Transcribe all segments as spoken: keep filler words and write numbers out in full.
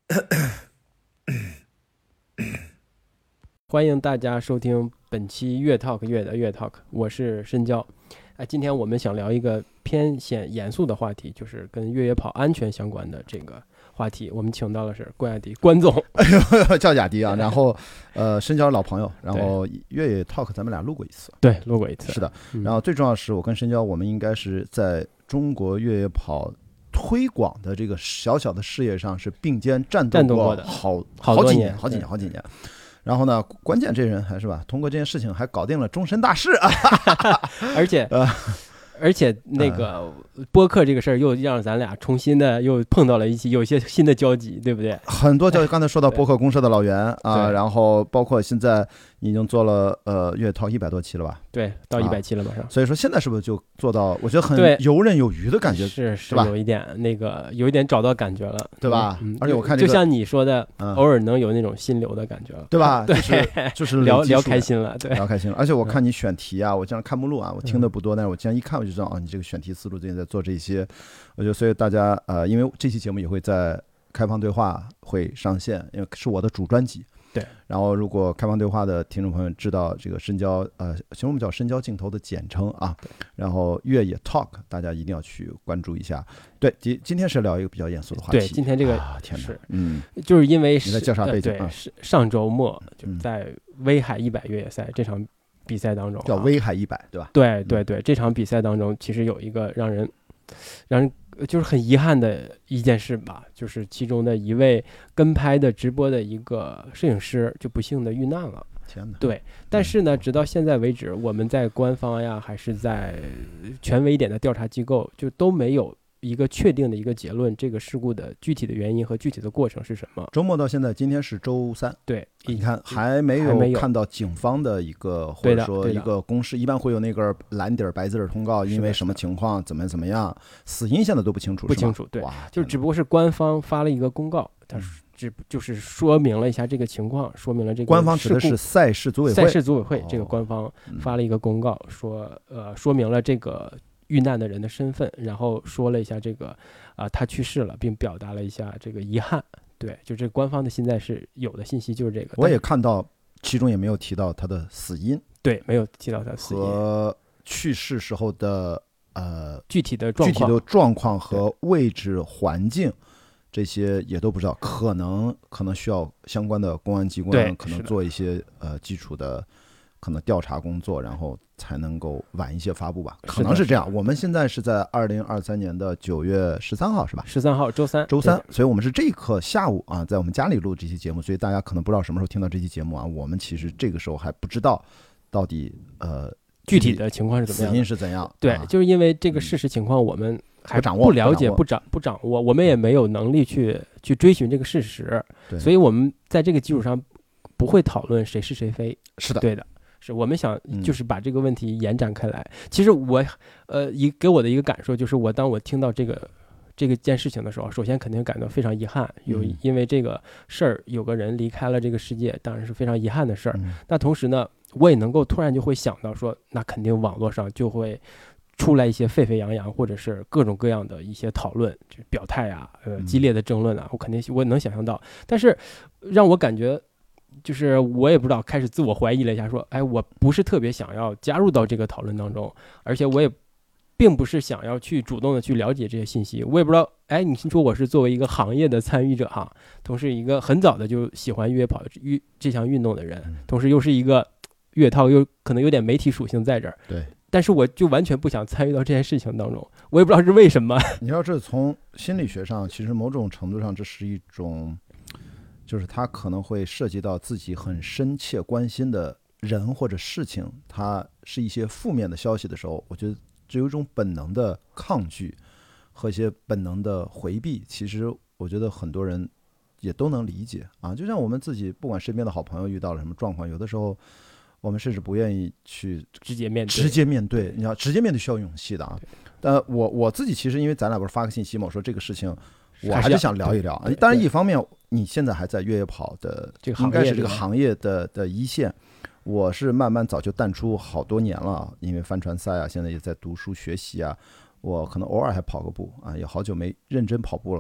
欢迎大家收听本期乐 Talk 乐的乐 Talk， 我是申娇。哎，今天我们想聊一个偏显严肃的话题，就是跟越野跑安全相关的这个话题。我们请到的是关雅迪关总， 哎呦，叫雅迪啊。然后，呃，申娇老朋友，然后越野 Talk 咱们俩录过一次， 对，录过一次， 是的。然后最重要的是，我跟申娇，我们应该是在中国越野跑推广的这个小小的事业上是并肩战斗过好好几年，好几年，好几年。然后呢，关键这人还是吧，通过这件事情还搞定了终身大事啊！ 而且，呃、而且那个播客这个事儿又让咱俩重新的又碰到了一起，有一些新的交集，对不对？ 很多交集。刚才说到播客公社的老袁啊，然后包括现在你已经做了呃越野套一百多期了吧？ 对，到一百期了马上、啊。 所以说现在是不是就做到？我觉得很游刃有余的感觉， 是是吧？ 有一点那个有一点找到感觉了， 对吧？ 嗯、 而且我看、这个、 就像你说的、嗯，偶尔能有那种心流的感觉了， 对吧？ 对， 就是就是聊聊开心了，对， 聊开心了。而且我看你选题啊，我经常看目录啊，我听的不多，嗯、但是我经常一看我就知道啊，你这个选题思路最近在做这些。我觉得所以大家呃，因为这期节目也会在开放对话会上线，因为是我的主专辑。 对， 然后如果开放对话的听众朋友知道这个深交，呃，其实我们叫深交镜头的简称啊。然后越野 Talk， 大家一定要去关注一下。对，今今天是聊一个比较严肃的话题。 对，今天这个、 啊、天是， 嗯， 就是因为你在介绍背景、 呃、对，是、嗯、上周末就是在威海一百越野赛、嗯、这场比赛当中、啊， 叫威海一百，对吧？ 对对对，这场比赛当中其实有一个让人让人。就是很遗憾的一件事吧，就是其中的一位跟拍的直播的一个摄影师就不幸的遇难了。 天哪！ 对，但是呢，直到现在为止，我们在官方呀，还是在权威一点的调查机构，就都没有一个确定的一个结论，这个事故的具体的原因和具体的过程是什么？ 周末到现在，今天是周三， 对， 你看还没有看到警方的一个或者说一个公示，一般会有那个蓝底白字通告，因为什么情况怎么怎么样，死因现在都不清楚， 不清楚，对，就只不过是官方发了一个公告，他只就是说明了一下这个情况，说明了这个官方指的是赛事组委会， 赛事组委会这个官方发了一个公告，说呃说明了这个遇难的人的身份，然后说了一下这个啊、呃、他去世了，并表达了一下这个遗憾。对，就这官方的现在是有的信息就是这个。 我也看到其中也没有提到他的死因， 对，没有提到他的死因和去世时候的呃具体的状况、 具体的状况和位置环境。这些也都不知道，可能可能需要相关的公安机关可能做一些呃基础的可能调查工作，然后才能够晚一些发布吧，可能是这样。我们现在是在二零二三年的九月十三号，是吧？ 十三号周三， 周三，所以我们是这一刻下午啊，在我们家里录这期节目，所以大家可能不知道什么时候听到这期节目啊。我们其实这个时候还不知道到底呃具体的情况是怎么样， 死因是怎样。 对、 啊， 就是因为这个事实情况我们还不不了解、不掌不掌握，我们也没有能力去去追寻这个事实，所以我们在这个基础上不会讨论谁是谁非。 是的， 对的。是我们想就是把这个问题延展开来。嗯、其实我呃一给我的一个感受就是，我当我听到这个这个件事情的时候，首先肯定感到非常遗憾，有因为这个事儿有个人离开了这个世界，当然是非常遗憾的事儿。 嗯、 那同时呢，我也能够突然就会想到说，那肯定网络上就会出来一些沸沸扬扬，或者是各种各样的一些讨论、就是、表态啊，呃激烈的争论啊，我肯定我能想象到。但是让我感觉。就是我也不知道，开始自我怀疑了一下，说，哎，我不是特别想要加入到这个讨论当中，而且我也并不是想要去主动的去了解这些信息，我也不知道，哎，你说我是作为一个行业的参与者哈，同时一个很早的就喜欢越野跑运这项运动的人，同时又是一个越野套又可能有点媒体属性在这儿， 对， 但是我就完全不想参与到这件事情当中，我也不知道是为什么。 你要这从心理学上，其实某种程度上这是一种。就是他可能会涉及到自己很深切关心的人或者事情，它是一些负面的消息的时候，我觉得只有一种本能的抗拒和一些本能的回避。其实我觉得很多人也都能理解啊，就像我们自己，不管身边的好朋友遇到了什么状况，有的时候我们甚至不愿意去直接面对， 直接面对，你要直接面对需要勇气的啊。呃，我我自己其实因为咱俩不是发个信息嘛，我说这个事情。我还是想聊一聊，当然一方面你现在还在越野跑的这个应该是这个行业的的一线，我是慢慢早就淡出好多年了，因为帆船赛啊，现在也在读书学习啊，我可能偶尔还跑个步啊，也好久没认真跑步了。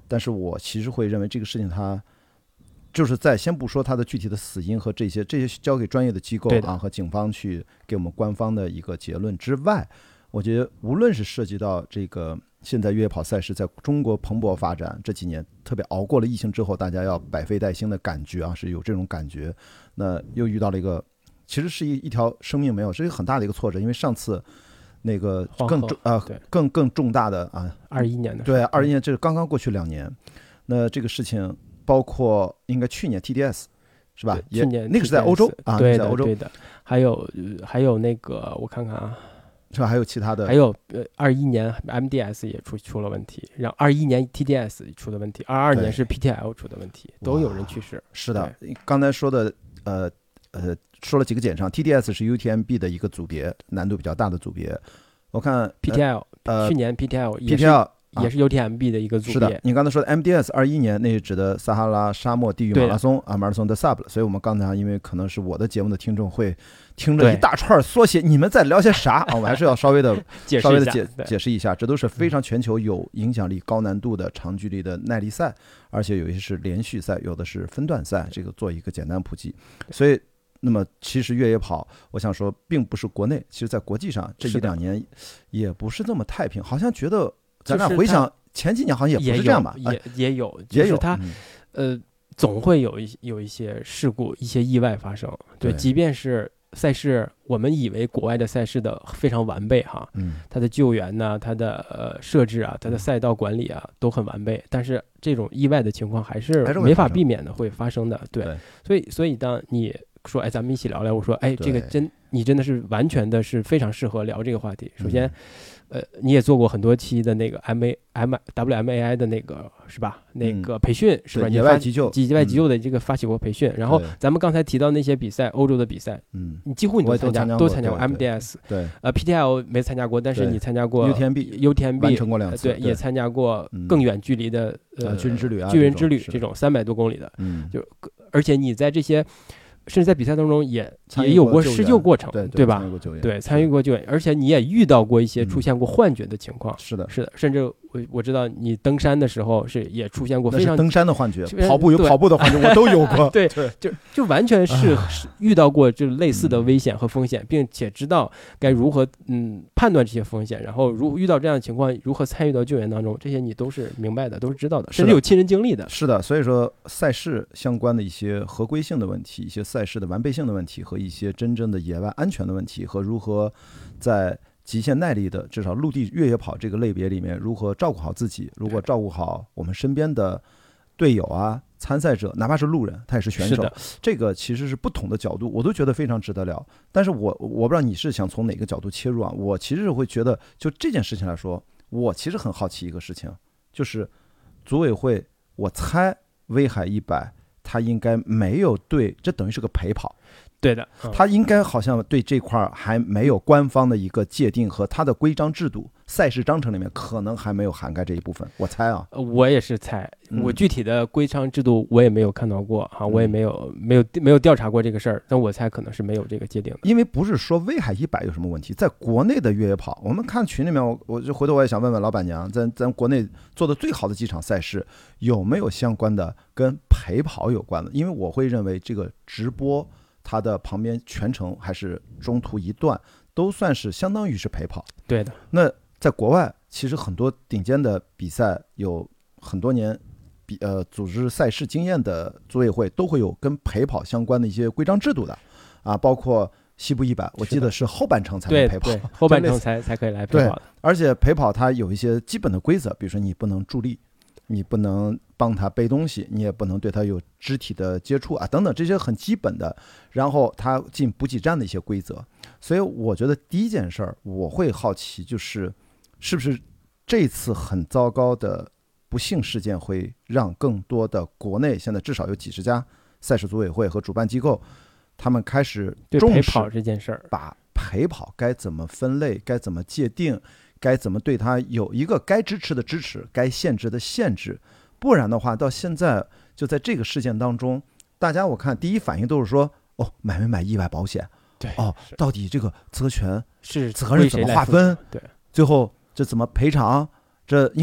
但是我其实会认为这个事情它就是在先不说它的具体的死因和这些这些交给专业的机构啊和警方去给我们官方的一个结论之外，我觉得无论是涉及到这个现在越野跑赛事在中国蓬勃发展，这几年特别熬过了疫情之后，大家要百废待兴的感觉啊，是有这种感觉。那又遇到了一个其实是一一条生命没有，是一个很大的一个挫折，因为上次那个更重呃更更重大的啊， 二一年的对二一年，这是刚刚过去两年。那这个事情包括应该去年 T D S 是吧？ 去年那个是在欧洲啊， 对在欧洲对的。还有还有那个我看看啊， 是吧？还有其他的， 还有呃二一年 M D S 也出出了问题，然后二一年 T D S 出的问题，二二年是 P T L 出的问题，都有人去世。 是的，刚才说的呃呃说了几个简称 ，T D S 是 U T M B 的一个组别，难度比较大的组别。我看 P T L 呃去年 P T L 也 P T L。 也是 U T M B 的一个组别。 是的，你刚才说的 M D S 二一年，那是指的撒哈拉沙漠地狱马拉松啊，马拉松的 Sub。所以我们刚才因为可能是我的节目的听众会听着一大串缩写，你们在聊些啥啊？我还是要稍微的稍微的解解释一下，这都是非常全球有影响力、高难度的长距离的耐力赛，而且有些是连续赛，有的是分段赛，这个做一个简单普及。所以。那么其实越野跑我想说并不是国内，其实在国际上这一两年也不是那么太平，好像觉得咱俩回想前几年好像也不是这样吧， 也也有也有它呃总会有一有一些事故一些意外发生，对，即便是赛事我们以为国外的赛事的非常完备哈， 嗯， 它的救援呢，它的呃设置啊，它的赛道管理啊都很完备，但是这种意外的情况还是没法避免的会发生的，对， 对， 所以所以当你说哎，咱们一起聊聊。我说哎，这个真你真的是完全的是非常适合聊这个话题。首先，呃，你也做过很多期的那个 M A M W M A I 的那个是吧？那个培训是吧？ 野外急救、 野外急救的这个发起过培训。然后咱们刚才提到那些比赛，欧洲的比赛， 嗯， 你几乎你都参加，都参加过 M D S。 对， 呃 ，P T L 没参加过，但是你参加过 U T M B，U T M B 完成过两次， 对，也参加过更远距离的呃巨人之旅啊， 巨人之旅这种三百多公里的， 嗯， 就而且你在这些。甚至在比赛当中也也有过施救过程， 对对吧？对，参与过救援，而且你也遇到过一些出现过幻觉的情况。 是的， 是的，甚至我我知道你登山的时候是也出现过非常登山的幻觉，跑步有跑步的幻觉，我都有过。 对，就就完全是遇到过就类似的危险和风险，并且知道该如何嗯判断这些风险，然后如遇到这样的情况如何参与到救援当中，这些你都是明白的，都是知道的，甚至有亲身经历的。 是的，所以说赛事相关的一些合规性的问题，一些赛事的完备性的问题，和一些真正的野外安全的问题，和如何在极限耐力的至少陆地越野跑这个类别里面如何照顾好自己，如果照顾好我们身边的队友啊、参赛者，哪怕是路人，他也是选手，这个其实是不同的角度，我都觉得非常值得聊。但是我我不知道你是想从哪个角度切入啊？我其实会觉得，就这件事情来说，我其实很好奇一个事情，就是组委会，我猜威海一百。他应该没有对，这等于是个陪跑， 对的， 嗯、他应该好像对这块还没有官方的一个界定和他的规章制度、赛事章程里面可能还没有涵盖这一部分。我猜啊， 我也是猜，我具体的规章制度我也没有看到过哈、嗯，我也没有没有没有调查过这个事儿，但我猜可能是没有这个界定的。 因为不是说威海一百有什么问题，在国内的越野跑，我们看群里面，我我就回头我也想问问老板娘，咱咱国内做的最好的几场赛事有没有相关的跟陪跑有关的？因为我会认为这个直播它的旁边全程还是中途一段都算是相当于是陪跑。 对的。 那在国外其实很多顶尖的比赛有很多年比呃组织赛事经验的组委会都会有跟陪跑相关的一些规章制度的啊，包括西部一百，我记得是后半程才能陪跑， 对对后半程才才可以来陪跑的。 而且陪跑它有一些基本的规则，比如说你不能助力，你不能帮他背东西，你也不能对他有肢体的接触啊，等等这些很基本的。然后他进补给站的一些规则。所以我觉得第一件事儿，我会好奇就是是不是这次很糟糕的不幸事件会让更多的国内现在至少有几十家赛事组委会和主办机构，他们开始重视陪跑这件事儿， 把陪跑该怎么分类，该怎么界定，该怎么对他有一个该支持的支持，该限制的限制。不然的话，到现在就在这个事件当中，大家我看第一反应都是说，哦，买没买意外保险？ 对， 哦，到底这个责权是责任怎么划分？ 对， 最后这怎么赔偿？这你看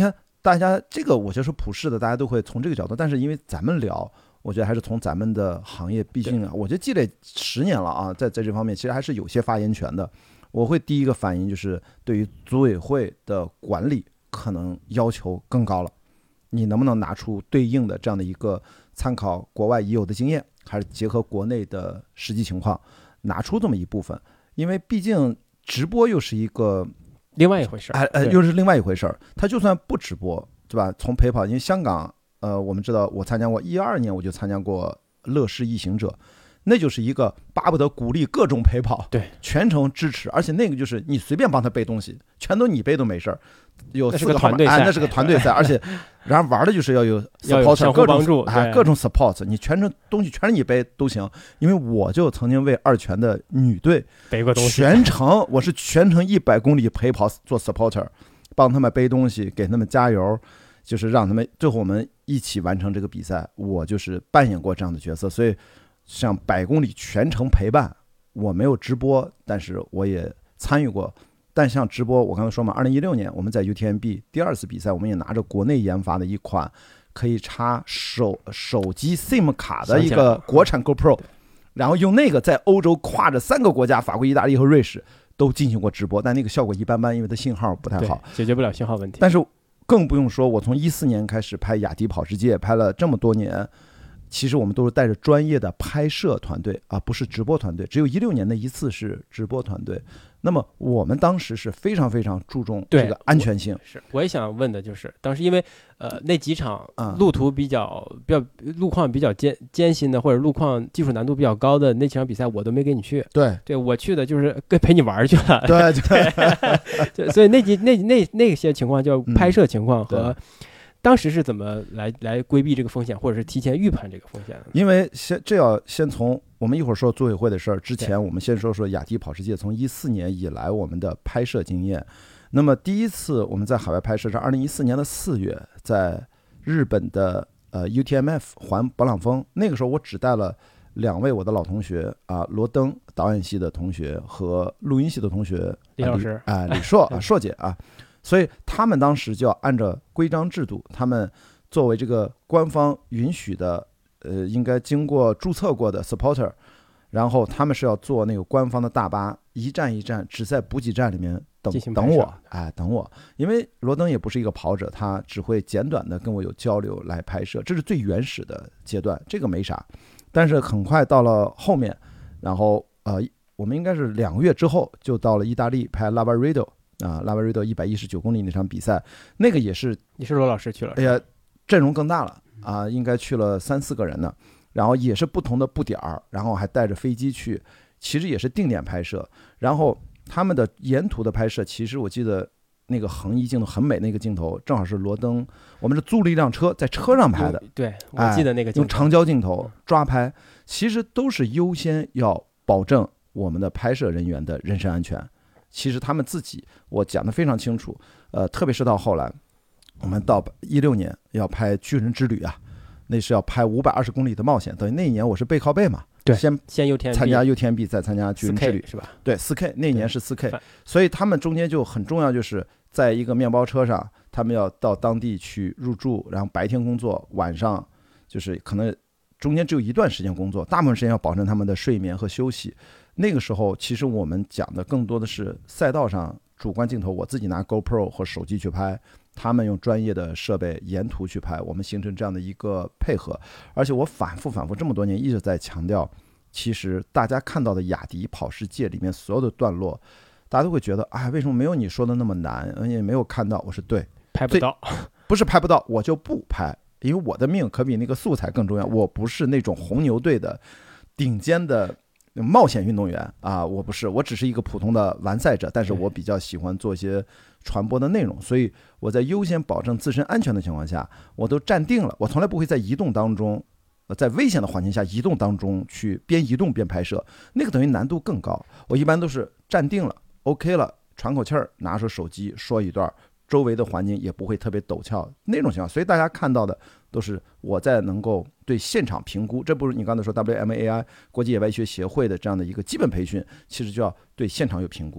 大家这个我觉得是普世的，大家都会从这个角度。但是因为咱们聊，我觉得还是从咱们的行业，毕竟啊，我觉得积累十年了啊，在在这方面其实还是有些发言权的。我会第一个反应就是对于组委会的管理可能要求更高了，你能不能拿出对应的这样的一个参考国外已有的经验，还是结合国内的实际情况拿出这么一部分？因为毕竟直播又是一个另外一回事儿， 哎呃，又是另外一回事儿。他就算不直播，对吧？从陪跑，因为香港，呃，我们知道我参加过一二年，我就参加过乐视异行者，那就是一个巴不得鼓励各种陪跑， 对， 全程支持，而且那个就是你随便帮他背东西，全都你背都没事儿。有四个团队赛， 哎，那是个团队赛，而且然后玩的就是要有 support， 各种帮助， 哎，各种 support， 你全程东西全是你背都行。因为我就曾经为二泉的女队背过东西， 全程我是全程一百公里陪跑做 supporter， 帮他们背东西，给他们加油，就是让他们最后我们一起完成这个比赛。我就是扮演过这样的角色，所以像百公里全程陪伴，我没有直播，但是我也参与过。但像直播，我刚才说嘛，二零一六年我们在 U T M B 第二次比赛，我们也拿着国内研发的一款可以插手手机 SIM 卡的一个国产 GoPro， 然后用那个在欧洲跨着三个国家，法国、意大利和瑞士都进行过直播，但那个效果一般般，因为它信号不太好， 解决不了信号问题。 但是更不用说，我从一四年开始拍雅迪跑世界，拍了这么多年。其实我们都是带着专业的拍摄团队啊，不是直播团队。只有一六年的一次是直播团队。那么我们当时是非常非常注重这个安全性。 是，我也想问的就是，当时因为呃那几场路途比较、嗯、比较路况比较艰艰辛的，或者路况技术难度比较高的那几场比赛，我都没给你去。 对， 对我去的就是跟陪你玩去了。 对对，对所以那几那那那些情况，就拍摄情况和。 嗯当时是怎么来来规避这个风险，或者是提前预判这个风险的？ 因为先这要先从我们一会儿说组委会的事儿之前，我们先说说雅迪跑世界从一四年以来我们的拍摄经验。那么第一次我们在海外拍摄是二零一四年的四月，在日本的呃 U T M F 环勃朗峰。那个时候我只带了两位我的老同学啊，罗登导演系的同学和录音系的同学李老师啊，李硕啊，硕姐啊。所以他们当时就要按照规章制度，他们作为这个官方允许的，呃，应该经过注册过的 supporter， 然后他们是要坐那个官方的大巴，一站一站，只在补给站里面等等我，哎，等我。因为罗登也不是一个跑者，他只会简短的跟我有交流来拍摄，这是最原始的阶段，这个没啥。但是很快到了后面，然后呃，我们应该是两个月之后就到了意大利拍 Lavaredo。啊，拉瓦瑞多一百一十九公里那场比赛，那个也是你是罗老师去了， 哎呀，阵容更大了啊，应该去了三四个人呢。然后也是不同的布点儿，然后还带着飞机去，其实也是定点拍摄。然后他们的沿途的拍摄，其实我记得那个横移镜头很美，那个镜头正好是罗登，我们是租了一辆车在车上拍的， 对，我记得那个镜头、 哎、用长焦镜头抓拍，其实都是优先要保证我们的拍摄人员的人身安全。其实他们自己，我讲得非常清楚，呃，特别是到后来，我们到一六年要拍巨人之旅啊，那是要拍五百二十公里的冒险，等于那一年我是背靠背嘛， 对， 先先 U T M B 参加 U T M B， 再参加巨人之旅是吧？ 对，四 K 那一年是四 K， 所以他们中间就很重要，就是在一个面包车上，他们要到当地去入住，然后白天工作，晚上就是可能中间只有一段时间工作，大部分时间要保证他们的睡眠和休息。那个时候其实我们讲的更多的是赛道上主观镜头，我自己拿 GoPro 和手机去拍，他们用专业的设备沿途去拍，我们形成这样的一个配合。而且我反复反复这么多年一直在强调，其实大家看到的雅迪跑世界里面所有的段落，大家都会觉得哎，为什么没有你说的那么难，也没有看到。我说对， 拍不到， 不是拍不到，我就不拍，因为我的命可比那个素材更重要。我不是那种红牛队的顶尖的冒险运动员啊，我不是，我只是一个普通的完赛者，但是我比较喜欢做一些传播的内容，所以我在优先保证自身安全的情况下，我都站定了，我从来不会在移动当中，在危险的环境下移动当中去边移动边拍摄，那个等于难度更高。我一般都是站定了 OK 了，喘口气儿，拿出手机说一段，周围的环境也不会特别陡峭那种情况，所以大家看到的都是我在能够对现场评估，这不是你刚才说 W M A I 国际野外医学协会的这样的一个基本培训，其实就要对现场有评估。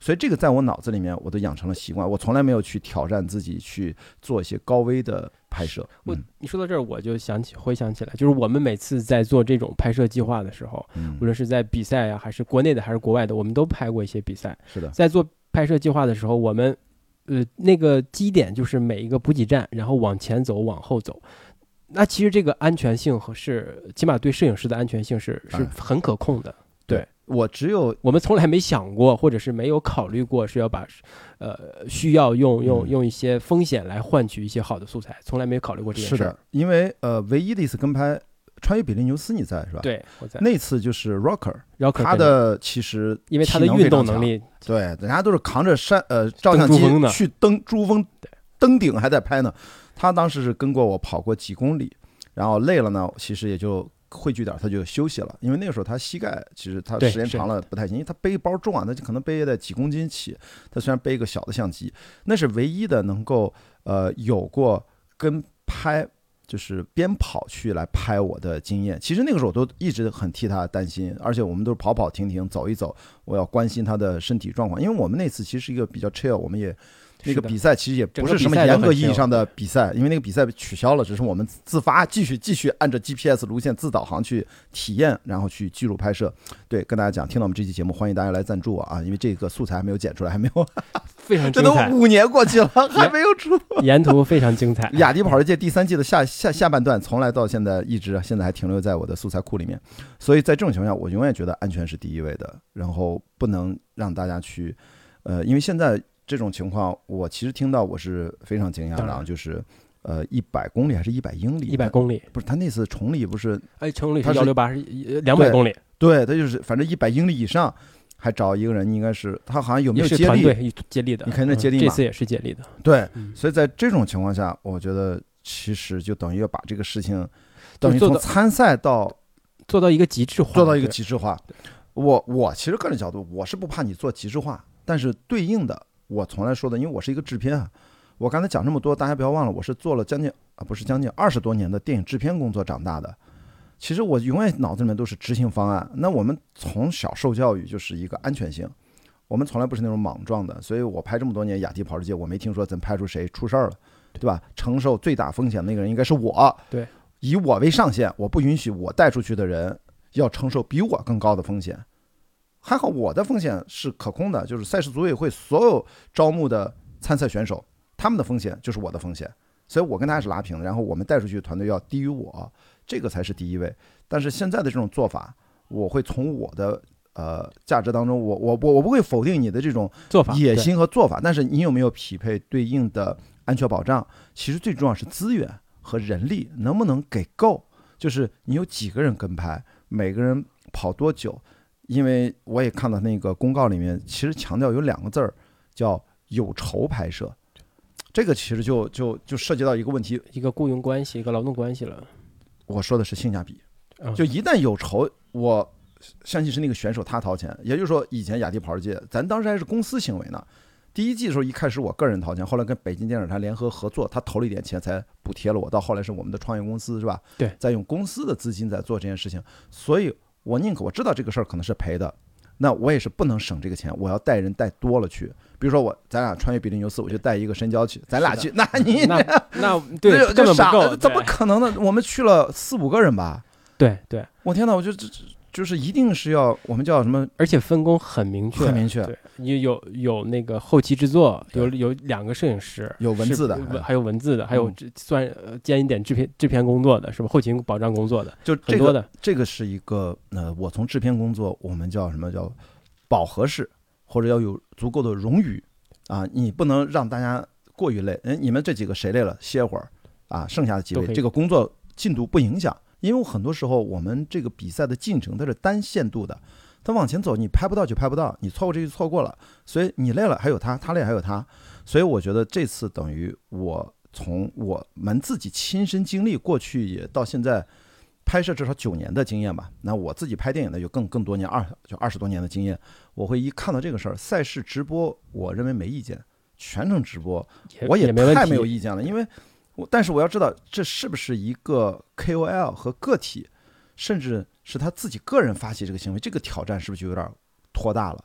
所以这个在我脑子里面我都养成了习惯，我从来没有去挑战自己去做一些高危的拍摄。 我嗯、 你说到这儿，我就想起回想起来，就是我们每次在做这种拍摄计划的时候， 嗯、 无论是在比赛啊，还是国内的还是国外的，我们都拍过一些比赛。 是的， 在做拍摄计划的时候，我们呃那个基点就是每一个补给站，然后往前走，往后走。那其实这个安全性和是起码对摄影师的安全性是是很可控的。对， 我只有我们从来没想过，或者是没有考虑过是要把呃需要用用用一些风险来换取一些好的素材，从来没有考虑过这件事。 是的，因为呃唯一的一次跟拍穿越比利牛斯你在是吧？ 对，我在。 那次就是 Rocker， Rocker 他的其实因为他的运动能力， 对，人家都是扛着山呃照相机去登珠峰，登顶还在拍呢。他当时是跟过我跑过几公里，然后累了呢，其实也就汇聚点他就休息了，因为那个时候他膝盖其实他时间长了不太行，因为他背包重啊，那就可能背在几公斤起。他虽然背一个小的相机，那是唯一的能够呃有过跟拍就是边跑去来拍我的经验。其实那个时候我都一直很替他担心，而且我们都是跑跑停停走一走，我要关心他的身体状况，因为我们那次其实是一个比较 chill， 我们也。那个比赛其实也不是什么严格意义上的比赛，因为那个比赛取消了，只是我们自发继续继续按照 G P S 路线自导航去体验，然后去记录拍摄。对，跟大家讲，听到我们这期节目，欢迎大家来赞助我啊，因为这个素材还没有剪出来，还没有， 非常精彩， 这都五年过去了，还没有出， 沿途非常精彩。 雅迪跑车界第三季的下下下半段，从来到现在一直现在还停留在我的素材库里面，所以在这种情况下，我永远觉得安全是第一位的，然后不能让大家去，呃，因为现在。这种情况，我其实听到我是非常惊讶的，就是，呃，一百公里还是一百英里？ 一百公里不是他那次崇礼不是？ 哎，崇礼是幺六八是两百公里， 对，他就是反正一百英里以上，还找一个人，应该是他好像有没有接力？ 团队接力的， 你看那接力嘛、 嗯，这次也是接力的。 对，所以在这种情况下，我觉得其实就等于要把这个事情，等于从参赛到做到一个极致化， 做到一个极致化。我我其实个人角度，我是不怕你做极致化，但是对应的。我从来说的，因为我是一个制片啊，我刚才讲这么多，大家不要忘了，我是做了将近啊，不是将近二十多年的电影制片工作长大的。其实我永远脑子里面都是执行方案。那我们从小受教育就是一个安全性，我们从来不是那种莽撞的。所以我拍这么多年雅迪跑车界，我没听说咱拍出谁出事儿了，对吧？承受最大风险的那个人应该是我， 对， 以我为上限，我不允许我带出去的人要承受比我更高的风险。还好我的风险是可控的，就是赛事组委会所有招募的参赛选手，他们的风险就是我的风险，所以我跟大家是拉平的。然后我们带出去的团队要低于我，这个才是第一位。但是现在的这种做法，我会从我的呃价值当中，我我我我不会否定你的这种做法野心和做法，但是你有没有匹配对应的安全保障？其实最重要是资源和人力能不能给够，就是你有几个人跟拍，每个人跑多久。因为我也看到那个公告里面，其实强调有两个字儿，叫有酬拍摄。这个其实就就就涉及到一个问题， 一个雇佣关系，一个劳动关系了。 我说的是性价比，就一旦有酬，我相信是那个选手他掏钱。也就是说，以前雅迪跑车界，咱当时还是公司行为呢。第一季的时候，一开始我个人掏钱，后来跟北京电视台联合合作，他投了一点钱才补贴了我。到后来是我们的创业公司，是吧？ 对， 在用公司的资金在做这件事情，所以。我宁可我知道这个事儿可能是赔的，那我也是不能省这个钱，我要带人带多了去。比如说我咱俩穿越比利牛斯，我就带一个深交去，咱俩去，那你那那对根本不够， 怎么可能呢？我们去了四五个人吧？ 对对， 我天哪，我就这就是一定是要我们叫什么？ 而且分工很明确， 很明确。 对，你有有那个后期制作，有有两个摄影师， 有文字的， 还有文字的，还有算兼一点制片制片工作的，是吧？后勤保障工作的， 就很多的。 这个是一个呃，我从制片工作，我们叫什么叫饱和式，或者要有足够的冗余啊，你不能让大家过于累。哎，你们这几个谁累了歇会儿啊，剩下的几位这个工作进度不影响。因为很多时候我们这个比赛的进程它是单线度的，它往前走你拍不到就拍不到，你错过这就错过了，所以你累了还有他，他累还有他。所以我觉得这次等于我从我们自己亲身经历过去也到现在拍摄至少九年的经验吧，那我自己拍电影的有更更多年二就二十多年的经验，我会一看到这个事儿，赛事直播我认为没意见，全程直播我也太没有意见了，因为但是我要知道这是不是一个 K O L 和个体，甚至是他自己个人发起这个行为，这个挑战是不是就有点拖大了？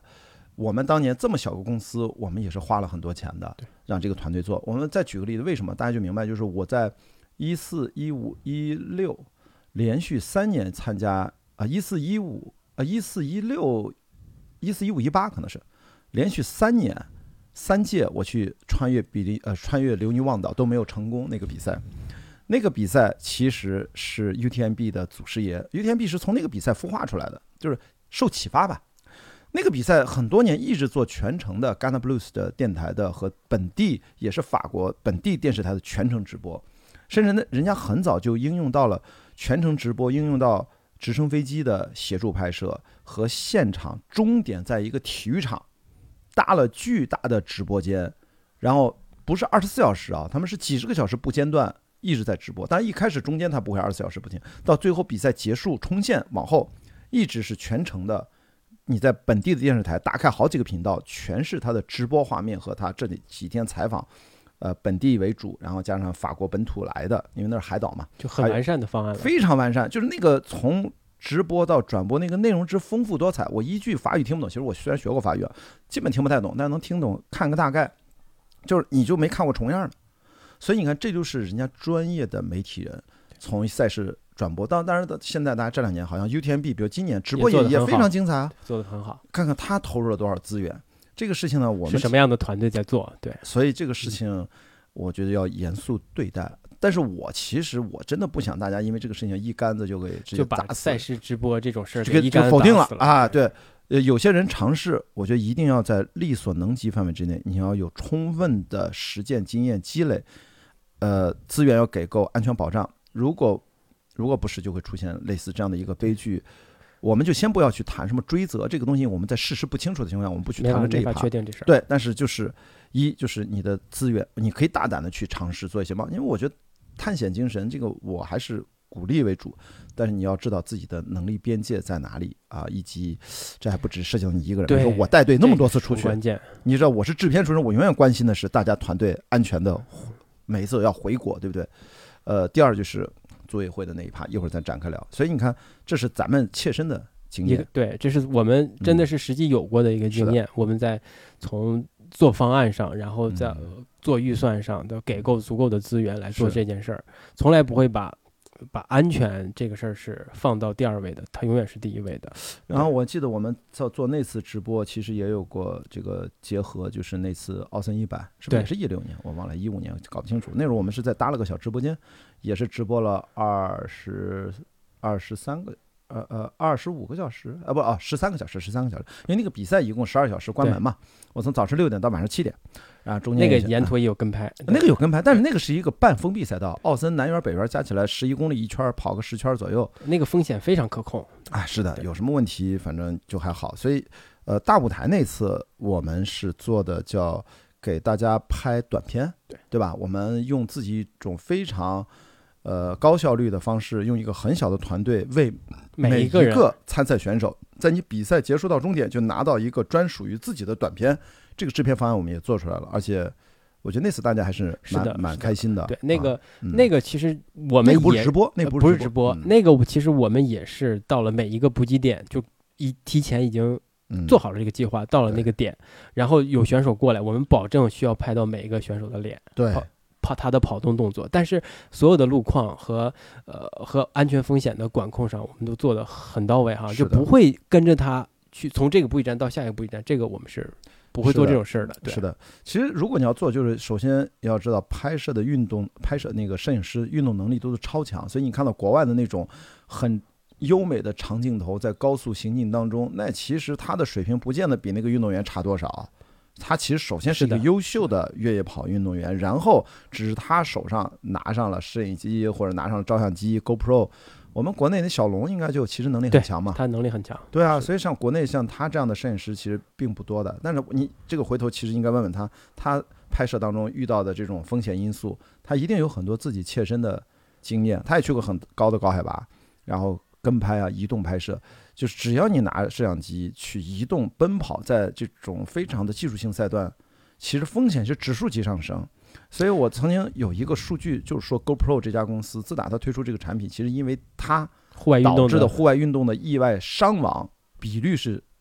我们当年这么小个公司，我们也是花了很多钱的，让这个团队做。我们再举个例子，为什么大家就明白？就是我在一四一五一六连续三年参加啊，一四一五啊，一四一六一四一五一八可能是连续三年三届我去穿越比利呃穿越留尼旺岛都没有成功那个比赛。那个比赛其实是 U T M B 的祖师爷 ，U T M B 是从那个比赛孵化出来的，就是受启发吧。那个比赛很多年一直做全程的 Ghana Blues 的电台的和本地也是法国本地电视台的全程直播，甚至呢人家很早就应用到了全程直播，应用到直升飞机的协助拍摄和现场终点在一个体育场搭了巨大的直播间，然后不是二十四小时啊，他们是几十个小时不间断。一直在直播，但一开始中间它不会二十四小时不停，到最后比赛结束冲线往后，一直是全程的。你在本地的电视台打开好几个频道，全是他的直播画面和他这里几天采访，呃，本地为主，然后加上法国本土来的，因为那是海岛嘛， 就很完善的方案了， 非常完善。就是那个从直播到转播，那个内容之丰富多彩，我一句法语听不懂。其实我虽然学过法语，基本听不太懂，但能听懂，看个大概。就是你就没看过重样的。所以你看，这就是人家专业的媒体人从赛事转播到，当然现在大家这两年好像 U T M B， 比如今年直播也也非常精彩啊， 做得很好。 看看他投入了多少资源，这个事情呢，我们是什么样的团队在做？对， 所以这个事情我觉得要严肃对待。但是我其实我真的不想大家因为这个事情一竿子就给直接就把赛事直播这种事儿给一竿子否定了了啊！对。呃，有些人尝试，我觉得一定要在力所能及范围之内，你要有充分的实践经验积累，呃，资源要给够，安全保障。如果如果不是，就会出现类似这样的一个悲剧。我们就先不要去谈什么追责这个东西，我们在事实不清楚的情况下，我们不去谈论这一趴。 确定这事。 对，但是就是一就是你的资源，你可以大胆的去尝试做一些冒，因为我觉得探险精神这个我还是鼓励为主，但是你要知道自己的能力边界在哪里啊，以及这还不只涉及到你一个人。比如说我带队那么多次出去， 关键你知道我是制片出身，我永远关心的是大家团队安全的，每一次要回国，对不对？呃，第二就是组委会的那一趴，一会儿再展开聊。所以你看，这是咱们切身的经验， 对，这是我们真的是实际有过的一个经验。嗯、我们在从做方案上，然后在做预算上，都给够足够的资源来做这件事儿，从来不会把。把安全这个事儿是放到第二位的，它永远是第一位的。 然后我记得我们在做那次直播，其实也有过这个结合，就是那次奥森一百，是不是也是一六年？我忘了，一五年搞不清楚。那时候我们是在搭了个小直播间，也是直播了二十二十三个。呃呃，二十五个小时啊，不啊，十三个小时，十三个小时，因为那个比赛一共十二小时关门嘛，我从早晨六点到晚上七点，啊，中间那个沿途也有跟拍， 那个有跟拍，但是那个是一个半封闭赛道，奥森南园北园加起来十一公里一圈，跑个十圈左右， 那个风险非常可控啊，是的，有什么问题反正就还好，所以呃，大舞台那次我们是做的叫给大家拍短片，对对吧？我们用自己一种非常。呃，高效率的方式，用一个很小的团队为每一个参赛选手，在你比赛结束到终点就拿到一个专属于自己的短片。这个制片方案我们也做出来了，而且我觉得那次大家还是蛮蛮开心的。 对，那个、 啊嗯、 那个其实我们也、 那个不是直播，那个不是直播， 嗯、 那个其实我们也是到了每一个补给点就一提前已经做好了这个计划，嗯、到了那个点，然后有选手过来，我们保证需要拍到每一个选手的脸。 对。 跑他的跑动动作，但是所有的路况和呃和安全风险的管控上，我们都做得很到位哈，就不会跟着他去从这个补给站到下一个补给站，这个我们是不会做这种事的。对， 是的，其实如果你要做，就是首先要知道拍摄的运动，拍摄那个摄影师运动能力都是超强，所以你看到国外的那种很优美的长镜头在高速行进当中，那其实他的水平不见得比那个运动员差多少。他其实首先是一个优秀的越野跑运动员，然后只是他手上拿上了摄影机或者拿上了照相机 GoPro。我们国内的小龙应该就其实能力很强嘛， 他能力很强。 对啊，所以像国内像他这样的摄影师其实并不多的。但是你这个回头其实应该问问他，他拍摄当中遇到的这种风险因素，他一定有很多自己切身的经验。他也去过很高的高海拔，然后跟拍啊，移动拍摄。就是只要你拿摄像机去移动奔跑，在这种非常的技术性赛段，其实风险是指数级上升。所以我曾经有一个数据，就是说 GoPro 这家公司自打它推出这个产品，其实因为它导致的户外运动的意外伤亡比率是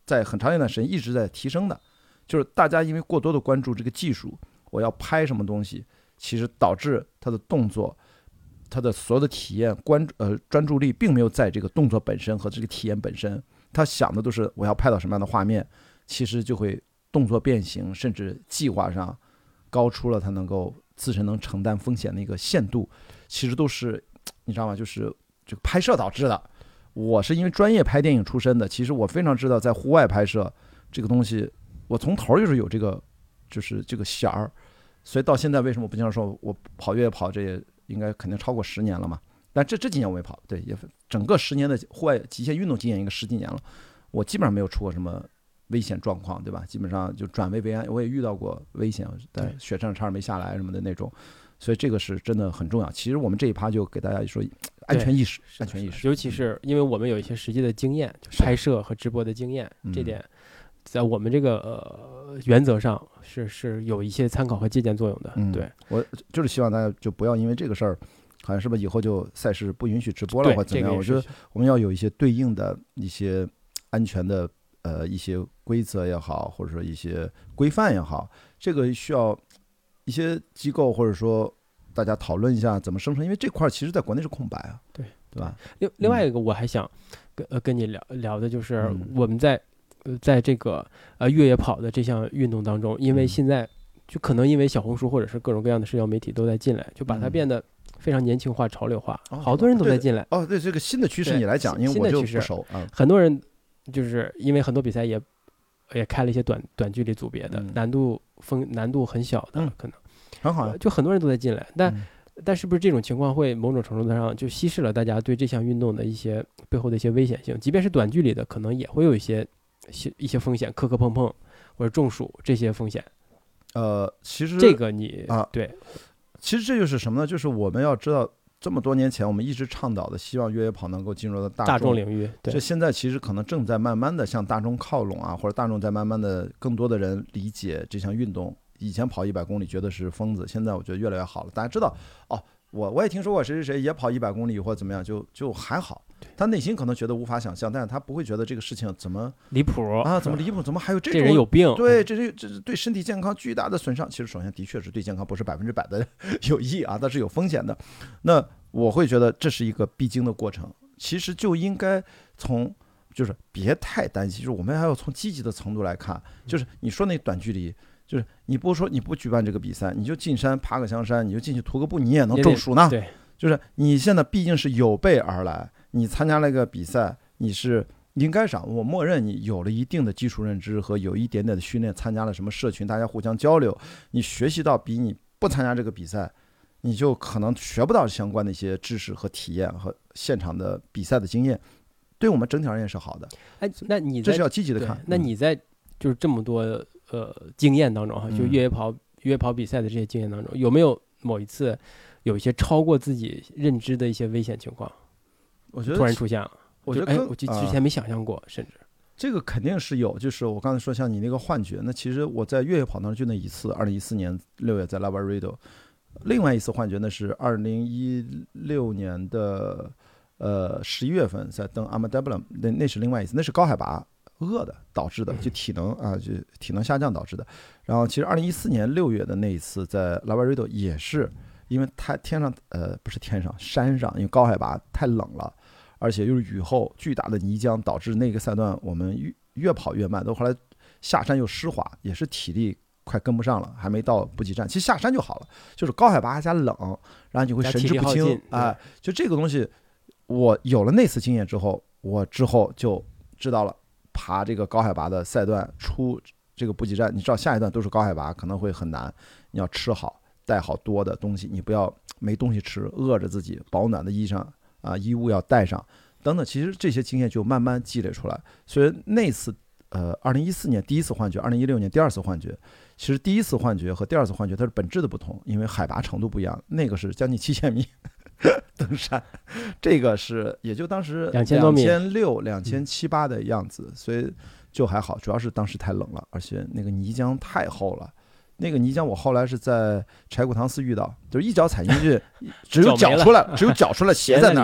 在很长一段时间一直在提升的，就是大家因为过多的关注这个技术，我要拍什么东西，其实导致他的动作，他的所有的体验关呃专注力并没有在这个动作本身和这个体验本身，他想的都是我要拍到什么样的画面，其实就会动作变形，甚至计划上高出了他能够自身能承担风险的一个限度，其实都是你知道吗？就是这个拍摄导致的。我是因为专业拍电影出身的，其实我非常知道在户外拍摄这个东西，我从头就是有这个就是这个弦儿，所以到现在为什么我不经常说我跑越野跑，这也应该肯定超过十年了嘛。但这这几年我也跑，对，也整个十年的户外极限运动经验应该十几年了，我基本上没有出过什么危险状况，对吧？基本上就转危为安，我也遇到过危险，在雪山差点没下来什么的那种，所以这个是真的很重要。其实我们这一趴就给大家说安全意识，安全意识， 尤其是因为我们有一些实际的经验，拍摄和直播的经验，这点在我们这个呃原则上是是有一些参考和借鉴作用的。 嗯， 对， 我就是希望大家就不要因为这个事儿，好像是不是以后就赛事不允许直播了或怎么样？我觉得我们要有一些对应的一些安全的呃一些规则也好，或者说一些规范也好，这个需要一些机构或者说大家讨论一下怎么生成，因为这块其实在国内是空白啊， 对对吧？ 另另外一个我还想跟呃跟你聊聊的就是我们在呃在这个呃越野跑的这项运动当中，因为现在就可能因为小红书或者是各种各样的社交媒体都在进来，就把它变得非常年轻化、潮流化，好多人都在进来。 哦，对，这个新的趋势你来讲，因为我就不熟啊， 很多人就是因为很多比赛也也开了一些短短距离组别的，难度风难度很小的，可能很好， 就很多人都在进来，但。但是不是这种情况会某种程度上就稀释了大家对这项运动的一些背后的一些危险性？即便是短距离的，可能也会有一些一些风险，磕磕碰碰或者中暑这些风险。 呃，其实这个你啊， 对， 其实这就是什么呢？就是我们要知道，这么多年前我们一直倡导的，希望越野跑能够进入到大众大众领域，对， 这现在其实可能正在慢慢的向大众靠拢啊，或者大众在慢慢的更多的人理解这项运动。以前跑一百公里觉得是疯子，现在我觉得越来越好了。大家知道哦，我我也听说过谁谁谁也跑一百公里或怎么样，就就还好。他内心可能觉得无法想象，但是他不会觉得这个事情怎么离谱啊，怎么离谱，怎么还有这种这人有病？ 对，这是这是对身体健康巨大的损伤。其实首先的确是对健康不是百分之百的有益啊，但是有风险的。那我会觉得这是一个必经的过程。其实就应该从就是别太担心，就是我们还要从积极的程度来看，就是你说那短距离。就是你不说你不举办这个比赛，你就进山爬个香山，你就进去徒个步，你也能中暑呢。 对， 就是你现在毕竟是有备而来，你参加了一个比赛，你是应该掌握，默认你有了一定的基础认知和有一点点的训练，参加了什么社群，大家互相交流，你学习到比你不参加这个比赛，你就可能学不到相关的一些知识和体验和现场的比赛的经验，对我们整体而言是好的。 哎，那你这是要积极的看。 那你在就是这么多。呃，经验当中哈，就越野跑、嗯、越野跑比赛的这些经验当中，有没有某一次有一些超过自己认知的一些危险情况？ 我觉得突然出现了， 我觉得哎，我就之前没想象过，啊、甚至这个肯定是有。就是我刚才说像你那个幻觉，那其实我在越野跑当中就那一次，二零一四年六月在 Lavaredo， 另外一次幻觉呢是二零一六年的呃十一月份在登 Amadablam， 那那是另外一次，那是高海拔。饿的导致的，就体能啊，就体能下降导致的。然后其实二零一四年六月的那一次在 Lavaredo 也是，因为它天上呃不是天上山上，因为高海拔太冷了，而且又是雨后巨大的泥浆，导致那个赛段我们越越跑越慢，都后来下山又湿滑，也是体力快跟不上了，还没到补给站。其实下山就好了，就是高海拔加冷，然后你会神志不清啊、呃。就这个东西，我有了那次经验之后，我之后就知道了。爬这个高海拔的赛段出这个补给站，你知道下一段都是高海拔，可能会很难。你要吃好，带好多的东西，你不要没东西吃，饿着自己，保暖的衣裳啊衣物要带上，等等。其实这些经验就慢慢积累出来。所以那次呃，二零一四年第一次幻觉，二零一六年第二次幻觉，其实第一次幻觉和第二次幻觉它是本质的不同，因为海拔程度不一样，那个是将近七千米。登山，这个是也就当时两千多米， 两千六、两千七八的样子，所以就还好。主要是当时太冷了，而且那个泥浆太厚了。那个泥浆我后来是在柴谷唐寺遇到，就是一脚踩进去，只有脚出来，只有脚出来，鞋在那儿，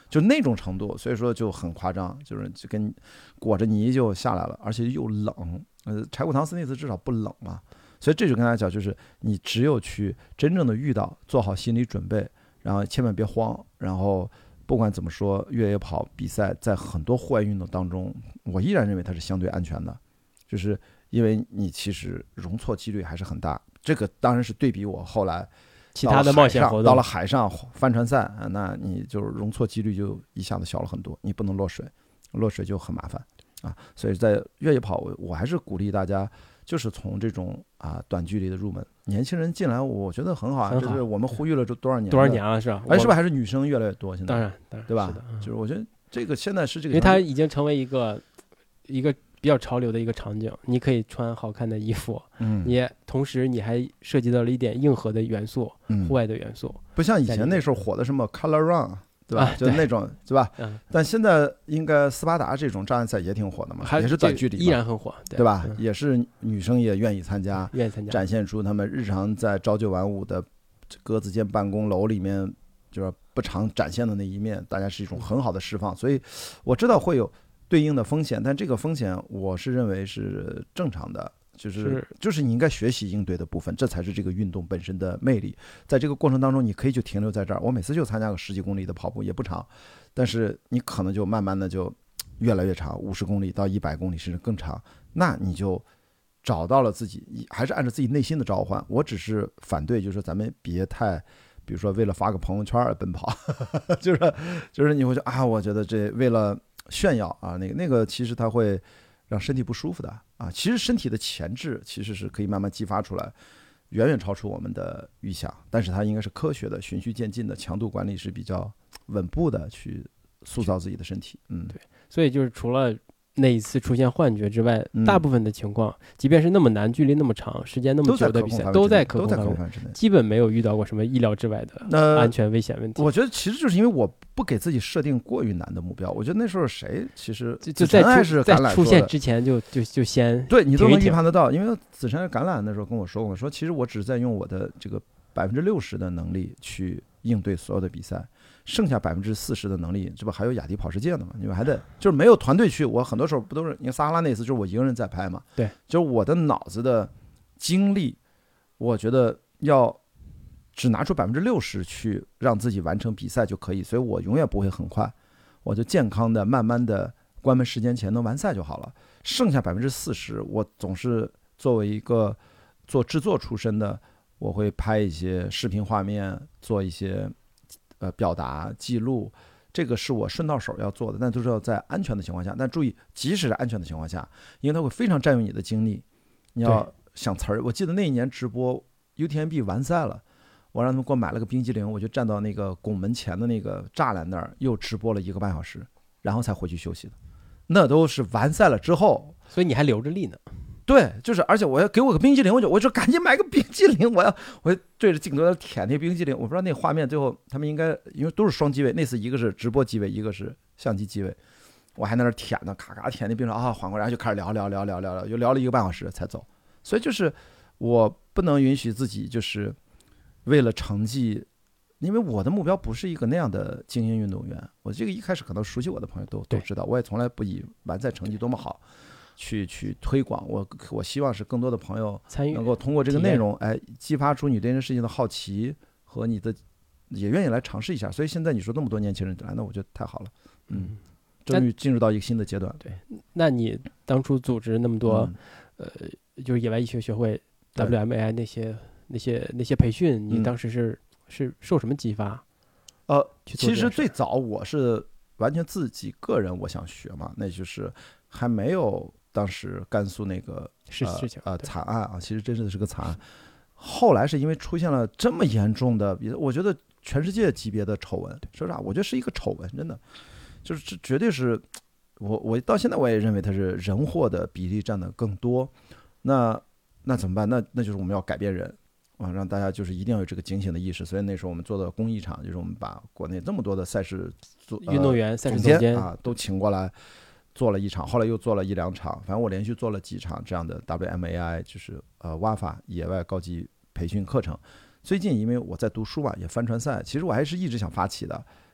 就那种程度，所以说就很夸张，就是就跟裹着泥就下来了，而且又冷。呃，柴谷唐斯那次至少不冷嘛，所以这就跟大家讲，就是你只有去真正的遇到，做好心理准备，然后千万别慌，然后不管怎么说，越野跑比赛在很多户外运动当中，我依然认为它是相对安全的，就是因为你其实容错几率还是很大。这个当然是对比我后来其他的冒险活动， 到了海上帆船赛，那你就是容错几率就一下子小了很多，你不能落水，落水就很麻烦啊。所以在越野跑，我还是鼓励大家，就是从这种啊短距离的入门，年轻人进来，我觉得很好啊。 很好就是我们呼吁了这多少年， 多少年了是吧？ 哎，是不是还是女生越来越多？现在当然，当然， 对吧？ 是的嗯、 就是我觉得这个现在是这个， 因为它已经成为一个一个比较潮流的一个场景，你可以穿好看的衣服， 嗯， 你也同时你还涉及到了一点硬核的元素， 嗯， 户外的元素， 不像以前那时候火的什么 Color Run。对吧？ 啊、 就那种，对吧？ 嗯。 但现在应该斯巴达这种障碍赛也挺火的嘛，也是短距离， 依然很火，对, 对吧、 嗯？ 也是女生也愿意参加， 愿意参加， 展现出他们日常在朝九晚五的格子间办公楼里面就是不常展现的那一面，大家是一种很好的释放。所以我知道会有对应的风险，但这个风险我是认为是正常的。就是就是你应该学习应对的部分，这才是这个运动本身的魅力。在这个过程当中，你可以就停留在这儿。我每次就参加个十几公里的跑步，也不长，但是你可能就慢慢的就越来越长，五十公里到一百公里甚至更长。那你就找到了自己，还是按照自己内心的召唤。我只是反对，就是说咱们别太，比如说为了发个朋友圈而奔跑，就是就是你会说啊，我觉得这为了炫耀啊，那个那个其实它会让身体不舒服的啊。其实身体的潜质其实是可以慢慢激发出来，远远超出我们的预想。但是它应该是科学的、循序渐进的，强度管理是比较稳步的去塑造自己的身体。嗯， 对。所以就是除了那一次出现幻觉之外， 嗯、 大部分的情况，即便是那么难、距离那么长、时间那么久的比赛，都在可控范围之内，基本没有遇到过什么意料之外的安全危险问题。 呃、我觉得其实就是因为我不给自己设定过于难的目标。我觉得那时候谁其实就就在出在出现之前就就就先对你都能预判得到，因为子晨橄榄那时候跟我说过，说其实我只是在用我的这个百分之六十的能力去应对所有的比赛。剩下百分之四十的能力，这不还有雅迪跑世界呢嘛？你们还得就是没有团队去，我很多时候不都是你看撒哈拉那次就是我一个人在拍嘛？ 对， 就是我的脑子的精力，我觉得要只拿出百分之六十去让自己完成比赛就可以，所以我永远不会很快，我就健康的慢慢的关门时间前能完赛就好了。剩下百分之四十，我总是作为一个做制作出身的，我会拍一些视频画面，做一些。呃，表达记录，这个是我顺到手要做的，但都是要在安全的情况下。但注意，即使是安全的情况下，因为它会非常占用你的精力，你要想词儿。我记得那一年直播 U T M B 完赛了，我让他们给我买了个冰激凌，我就站到那个拱门前的那个栅栏那儿，又直播了一个半小时，然后才回去休息的。那都是完赛了之后， 所以你还留着力呢。 对，就是，而且我要给我个冰激凌，我就我就赶紧买个冰激舔，我要我对着镜头舔那冰激凌。我不知道那画面最后他们应该因为都是双机位，那次一个是直播机位，一个是相机机位，我还在那舔呢，咔咔舔那冰激凌啊，缓过来，然后就开始聊聊聊聊聊聊，又聊了一个半小时才走。所以就是我不能允许自己就是为了成绩，因为我的目标不是一个那样的精英运动员。我这个一开始可能熟悉我的朋友都都知道，我也从来不以完赛成绩多么好。去去推广，我我希望是更多的朋友能够通过这个内容，哎，激发出你对这件事情的好奇和你的也愿意来尝试一下。所以现在你说那么多年轻人来，那我觉得太好了，嗯，终于进入到一个新的阶段。 对，那你当初组织那么多，嗯、呃，就是野外医学学会 W M A I 那些那些那些培训，你当时是、嗯、是受什么激发？ 呃，其实最早我是完全自己个人我想学嘛，那就是还没有。当时甘肃那个事情呃惨案啊，其实真的是个惨案。后来是因为出现了这么严重的，我觉得全世界级别的丑闻，说实话，我觉得是一个丑闻，真的，就是这绝对是我我到现在我也认为它是人祸的比例占的更多。那那怎么办？那那就是我们要改变人啊，让大家就是一定要有这个警醒的意识。所以那时候我们做的公益场，就是我们把国内这么多的赛事做、 呃、运动员、赛事总监啊都请过来。做了一场，后来又做了一两场，反正我连续做了几场这样的 W M A I， 就是呃 W A F A 野外高级培训课程。最近因为我在读书嘛，也帆船赛，其实我还是一直想发起的，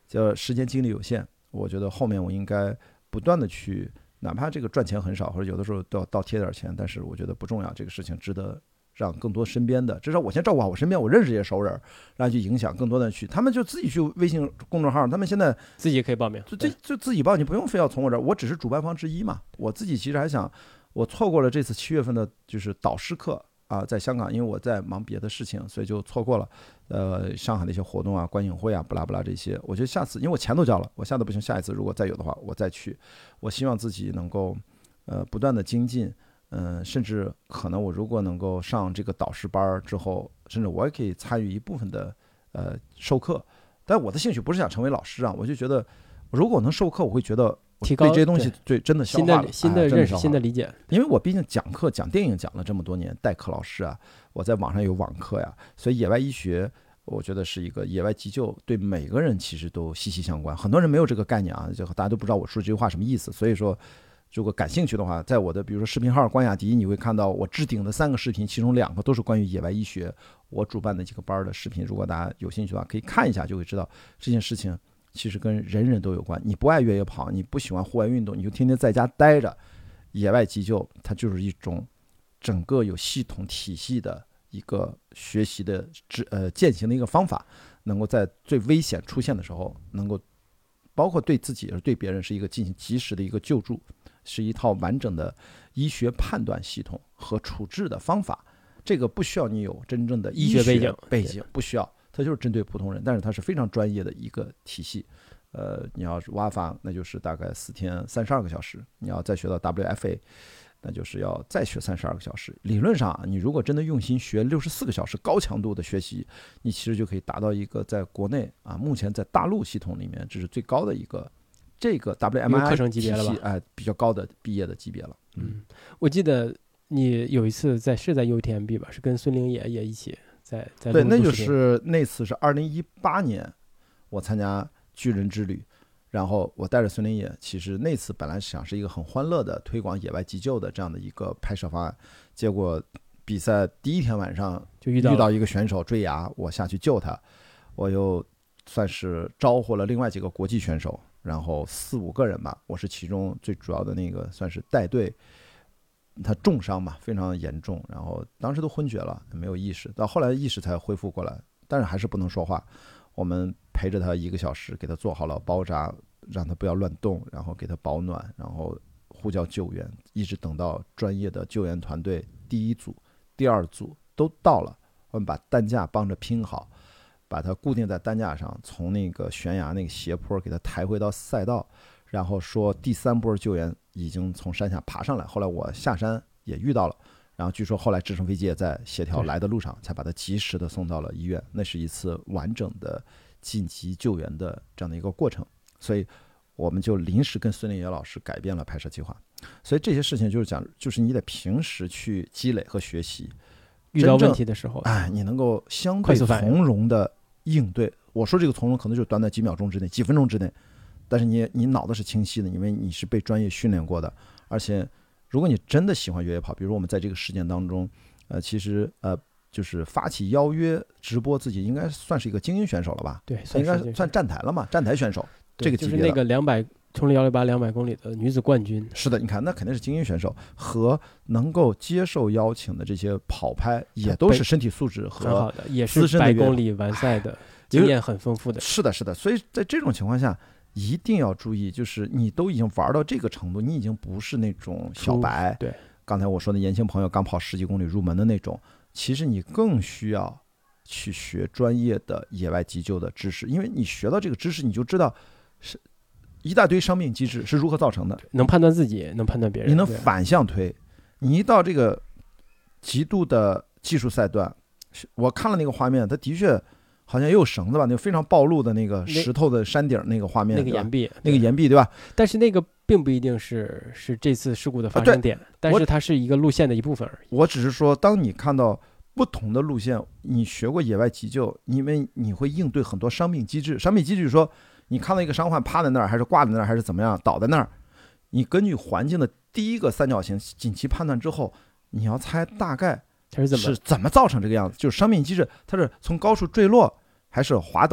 就时间精力有限，我觉得后面我应该不断的去，哪怕这个赚钱很少，或者有的时候都要倒贴点钱，但是我觉得不重要，这个事情值得让更多身边的，至少我先照顾好我身边我认识这些熟人，让去影响更多的去，他们就自己去微信公众号，他们现在自己可以报名， 就这就自己报，你不用非要从我这儿，我只是主办方之一嘛。我自己其实还想，我错过了这次七月份的就是导师课啊，在香港，因为我在忙别的事情，所以就错过了。呃，上海的一些活动啊、观影会啊、不拉不拉这些，我觉得下次，因为我钱都交了，我下次不行，下一次如果再有的话，我再去。我希望自己能够呃不断的精进。嗯、呃，甚至可能我如果能够上这个导师班之后，甚至我也可以参与一部分的呃授课。但我的兴趣不是想成为老师啊，我就觉得如果能授课，我会觉得我对这些东西对真的消化了， 新的新的认识、 哎、 新的理解。 因为我毕竟讲课讲电影讲了这么多年，代课老师啊，我在网上有网课呀，所以野外医学我觉得是一个野外急救，对每个人其实都息息相关。很多人没有这个概念啊，就大家都不知道我说这句话什么意思，所以说。如果感兴趣的话，在我的比如说视频号关雅迪，你会看到我置顶的三个视频，其中两个都是关于野外医学我主办的几个班的视频。如果大家有兴趣的话，可以看一下，就会知道这件事情其实跟人人都有关。你不爱越野跑，你不喜欢户外运动，你就天天在家待着，野外急救它就是一种整个有系统体系的一个学习的呃践行的一个方法，能够在最危险出现的时候，能够包括对自己而对别人是一个进行及时的一个救助。是一套完整的医学判断系统和处置的方法，这个不需要你有真正的医学背景，背景不需要，它就是针对普通人，但是它是非常专业的一个体系。呃，你要是挖法，那就是大概四天三十二个小时；你要再学到 W F A， 那就是要再学三十二个小时。理论上，你如果真的用心学六十四个小时高强度的学习，你其实就可以达到一个在国内啊，目前在大陆系统里面这是最高的一个。这个 W M I 课程级别了吧？ 哎、呃，比较高的毕业的级别了。 嗯，我记得你有一次在是在 U T M B 吧，是跟孙玲野也一起在在对，那就是那次是二零一八年，我参加巨人之旅，然后我带着孙玲野，其实那次本来想是一个很欢乐的推广野外急救的这样的一个拍摄方案，结果比赛第一天晚上就遇到遇到一个选手坠崖，我下去救他，我又算是招呼了另外几个国际选手。然后四五个人吧，我是其中最主要的那个，算是带队。他重伤嘛，非常严重，然后当时都昏厥了，没有意识，到后来意识才恢复过来，但是还是不能说话。我们陪着他一个小时，给他做好了包扎，让他不要乱动，然后给他保暖，然后呼叫救援，一直等到专业的救援团队第一组、第二组都到了，我们把担架帮着拼好。把它固定在担架上，从那个悬崖那个斜坡给它抬回到赛道，然后说第三波救援已经从山下爬上来。后来我下山也遇到了，然后据说后来直升飞机也在协调来的路上，才把它及时的送到了医院。那是一次完整的紧急救援的这样的一个过程，所以我们就临时跟孙玲野老师改变了拍摄计划。所以这些事情就是讲，就是你得平时去积累和学习。 遇到问题的时候， 哎，你能够相对从容的应对。我说这个从容，可能就短短几秒钟之内、几分钟之内，但是你你脑子是清晰的，因为你是被专业训练过的。而且，如果你真的喜欢越野跑，比如我们在这个事件当中，呃，其实呃，就是发起邀约直播自己，应该算是一个精英选手了吧？ 对， 应该算站台了嘛，站台选手这个级别就是那个两百。冲了幺六八两百公里的女子冠军。 是的，你看那肯定是精英选手，和能够接受邀请的这些跑拍也都是身体素质和好的，也是百公里完赛的经验很丰富的。 是的，是的，所以在这种情况下一定要注意，就是你都已经玩到这个程度，你已经不是那种小白。 对， 刚才我说的年轻朋友刚跑十几公里入门的那种，其实你更需要去学专业的野外急救的知识，因为你学到这个知识，你就知道是。一大堆生命机制是如何造成的， 能判断自己，能判断别人， 你能反向推。你一到这个极度的技术赛段，我看了那个画面，它的确好像也有绳子吧，那个非常暴露的那个石头的山顶那个画面， 那个岩壁， 那个岩壁对吧？ 但是那个并不一定是是这次事故的发生点，啊、但是它是一个路线的一部分而已。 我只是说，当你看到不同的路线，你学过野外急救，因为你会应对很多伤病机制，伤病机制说。你看到一个伤患趴在那儿，还是挂在那儿，还是怎么样倒在那儿？你根据环境的第一个三角形紧急判断之后，你要猜大概是怎么造成这个样子。就是伤病机制，它是从高处坠落，还是滑倒，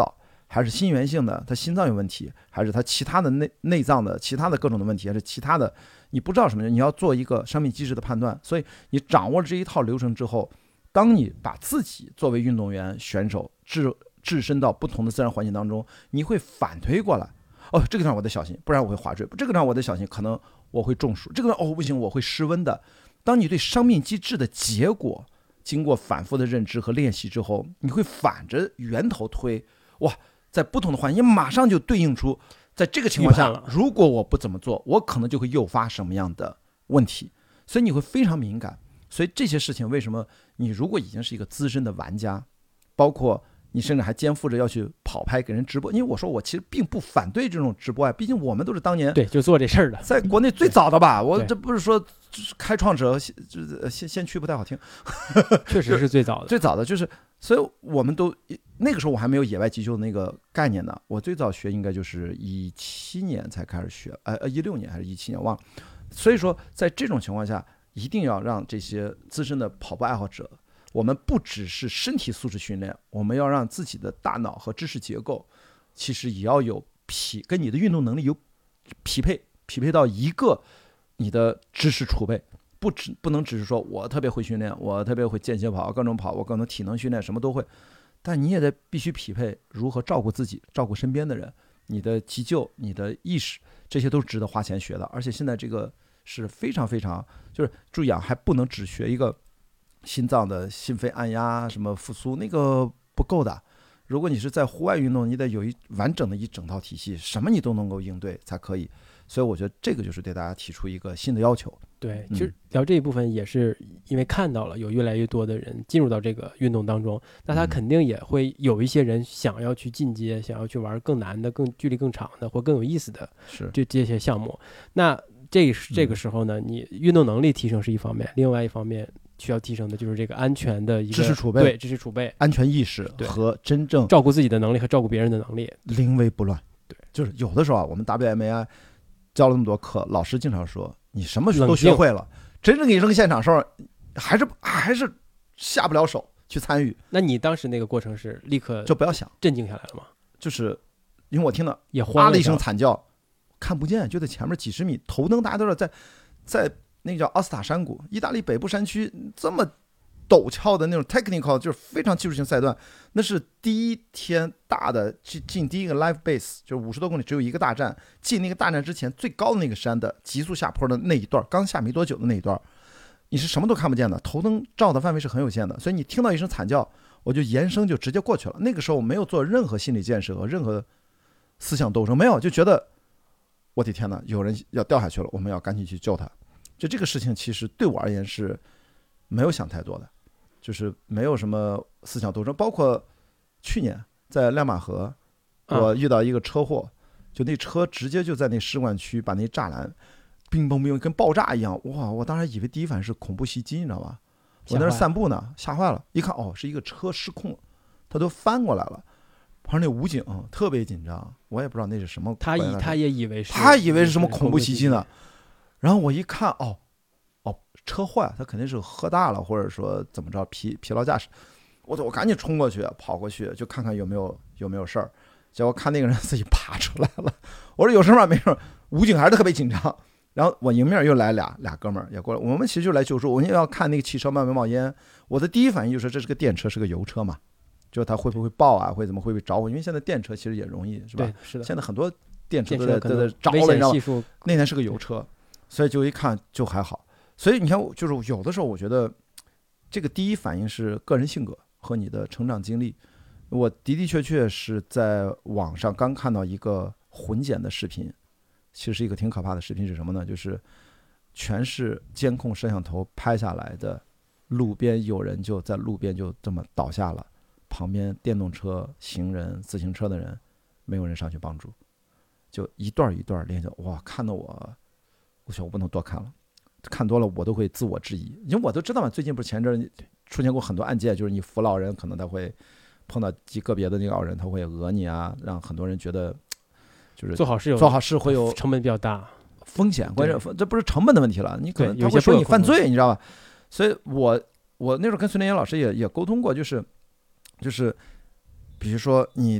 还是心源性的，他心脏有问题，还是他其他的内内脏的其他的各种的问题，还是其他的，你不知道什么，你要做一个生命机制的判断。所以你掌握了这一套流程之后，当你把自己作为运动员选手置置身到不同的自然环境当中，你会反推过来，哦，这个地方我得小心，不然我会滑坠；这个地方我得小心，可能我会中暑；这个地方哦不行，我会失温的。当你对生命机制的结果经过反复的认知和练习之后，你会反着源头推，哇，在不同的环境，你马上就对应出，在这个情况下，如果我不怎么做，我可能就会诱发什么样的问题，所以你会非常敏感。所以这些事情为什么你如果已经是一个资深的玩家，包括你甚至还肩负着要去跑拍给人直播，因为我说我其实并不反对这种直播啊，毕竟我们都是当年对就做这事儿的， 在国内最早的吧。我这不是说开创者先先驱不太好听， 确实是最早的， 最早的就是，所以我们都那个时候我还没有野外急救的那个概念呢。我最早学应该就是一七年才开始学，呃呃一六年还是一七年忘了。所以说在这种情况下，一定要让这些资深的跑步爱好者，我们不只是身体素质训练，我们要让自己的大脑和知识结构其实也要有匹跟你的运动能力有匹配，匹配到一个你的知识储备，不只不能只是说我特别会训练，我特别会间歇跑各种跑，我各种体能训练什么都会，但你也得必须匹配如何照顾自己，照顾身边的人，你的急救，你的意识，这些都是值得花钱学的。而且现在这个是非常非常，就是注意啊，还不能只学一个心脏的心肺按压什么复苏，那个不够的。如果你是在户外运动，你得有一完整的一整套体系，什么你都能够应对才可以。所以我觉得这个就是对大家提出一个新的要求。 对，其实聊这一部分也是因为看到了有越来越多的人进入到这个运动当中，那他肯定也会有一些人想要去进阶，想要去玩更难的、更距离更长的或更有意思的这这些项目。那这这个时候呢，你运动能力提升是一方面，另外一方面需要提升的就是这个安全的一个知识储备， 对知识储备、 安全意识和真正照顾自己的能力和照顾别人的能力， 临危不乱。 对， 就是有的时候啊，我们 W M A I 教了那么多课，老师经常说你什么都学会了，真正给你扔现场时候，还是还是下不了手去参与。 那你当时那个过程是立刻就不要想， 镇静下来了吗？ 就是因为我听到也慌了一声惨叫，看不见，就在前面几十米，头灯大家都知道，在在那个叫奥斯塔山谷，意大利北部山区，这么陡峭的那种 technical 就是非常技术性赛段，那是第一天大的进进第一个 live base， 就是五十多公里只有一个大站，进那个大站之前最高的那个山的急速下坡的那一段，刚下没多久的那一段，你是什么都看不见的，头灯照的范围是很有限的，所以你听到一声惨叫，我就延伸就直接过去了。那个时候我没有做任何心理建设和任何思想斗争，没有，就觉得我的天哪，有人要掉下去了，我们要赶紧去救他。就这个事情其实对我而言是没有想太多的，就是没有什么思想斗争。包括去年在亮马河，我遇到一个车祸，就那车直接就在那使馆区把那栅栏乒乓乒跟爆炸一样，哇！我当时以为第一反应是恐怖袭击，你知道吧？我在那散步呢，吓坏了，一看哦，是一个车失控了，他都翻过来了。旁边那武警、嗯、特别紧张，我也不知道那是什么， 他以他也以为是他以为是什么恐怖袭击呢。然后我一看，哦哦，车祸啊，他肯定是喝大了，或者说怎么着疲疲劳驾驶。我我赶紧冲过去，跑过去就看看有没有有没有事儿。结果看那个人自己爬出来了。我说有事吗？没事。武警还是特别紧张。然后我迎面又来俩俩哥们儿也过来，我们其实就来救助。我们要看那个汽车慢慢冒烟，我的第一反应就是这是个电车，是个油车嘛，就它会不会爆啊，会怎么会不会着火？因为现在电车其实也容易，是吧？ 对，是的。 现在很多电车都在都在着了，你知道吗？那天是个油车，所以就一看就还好。所以你看，就是有的时候我觉得这个第一反应是个人性格和你的成长经历。我的的确确是在网上刚看到一个混剪的视频。其实是一个挺可怕的视频，是什么呢？就是全是监控摄像头拍下来的，路边有人就在路边就这么倒下了，旁边电动车、行人、自行车的人没有人上去帮助，就一段一段连着。哇，看得我，我想我不能多看了，看多了我都会自我质疑，因为我都知道嘛，最近不是前阵出现过很多案件，就是你扶老人，可能他会碰到极个别的那个老人，他会讹你啊，让很多人觉得。就是做好事有做好事会有成本比较大， 风险，关键这不是成本的问题了，你可能他会说你犯罪，你知道吧？所以我我那时候跟孙连岩老师也也沟通过，就是就是比如说你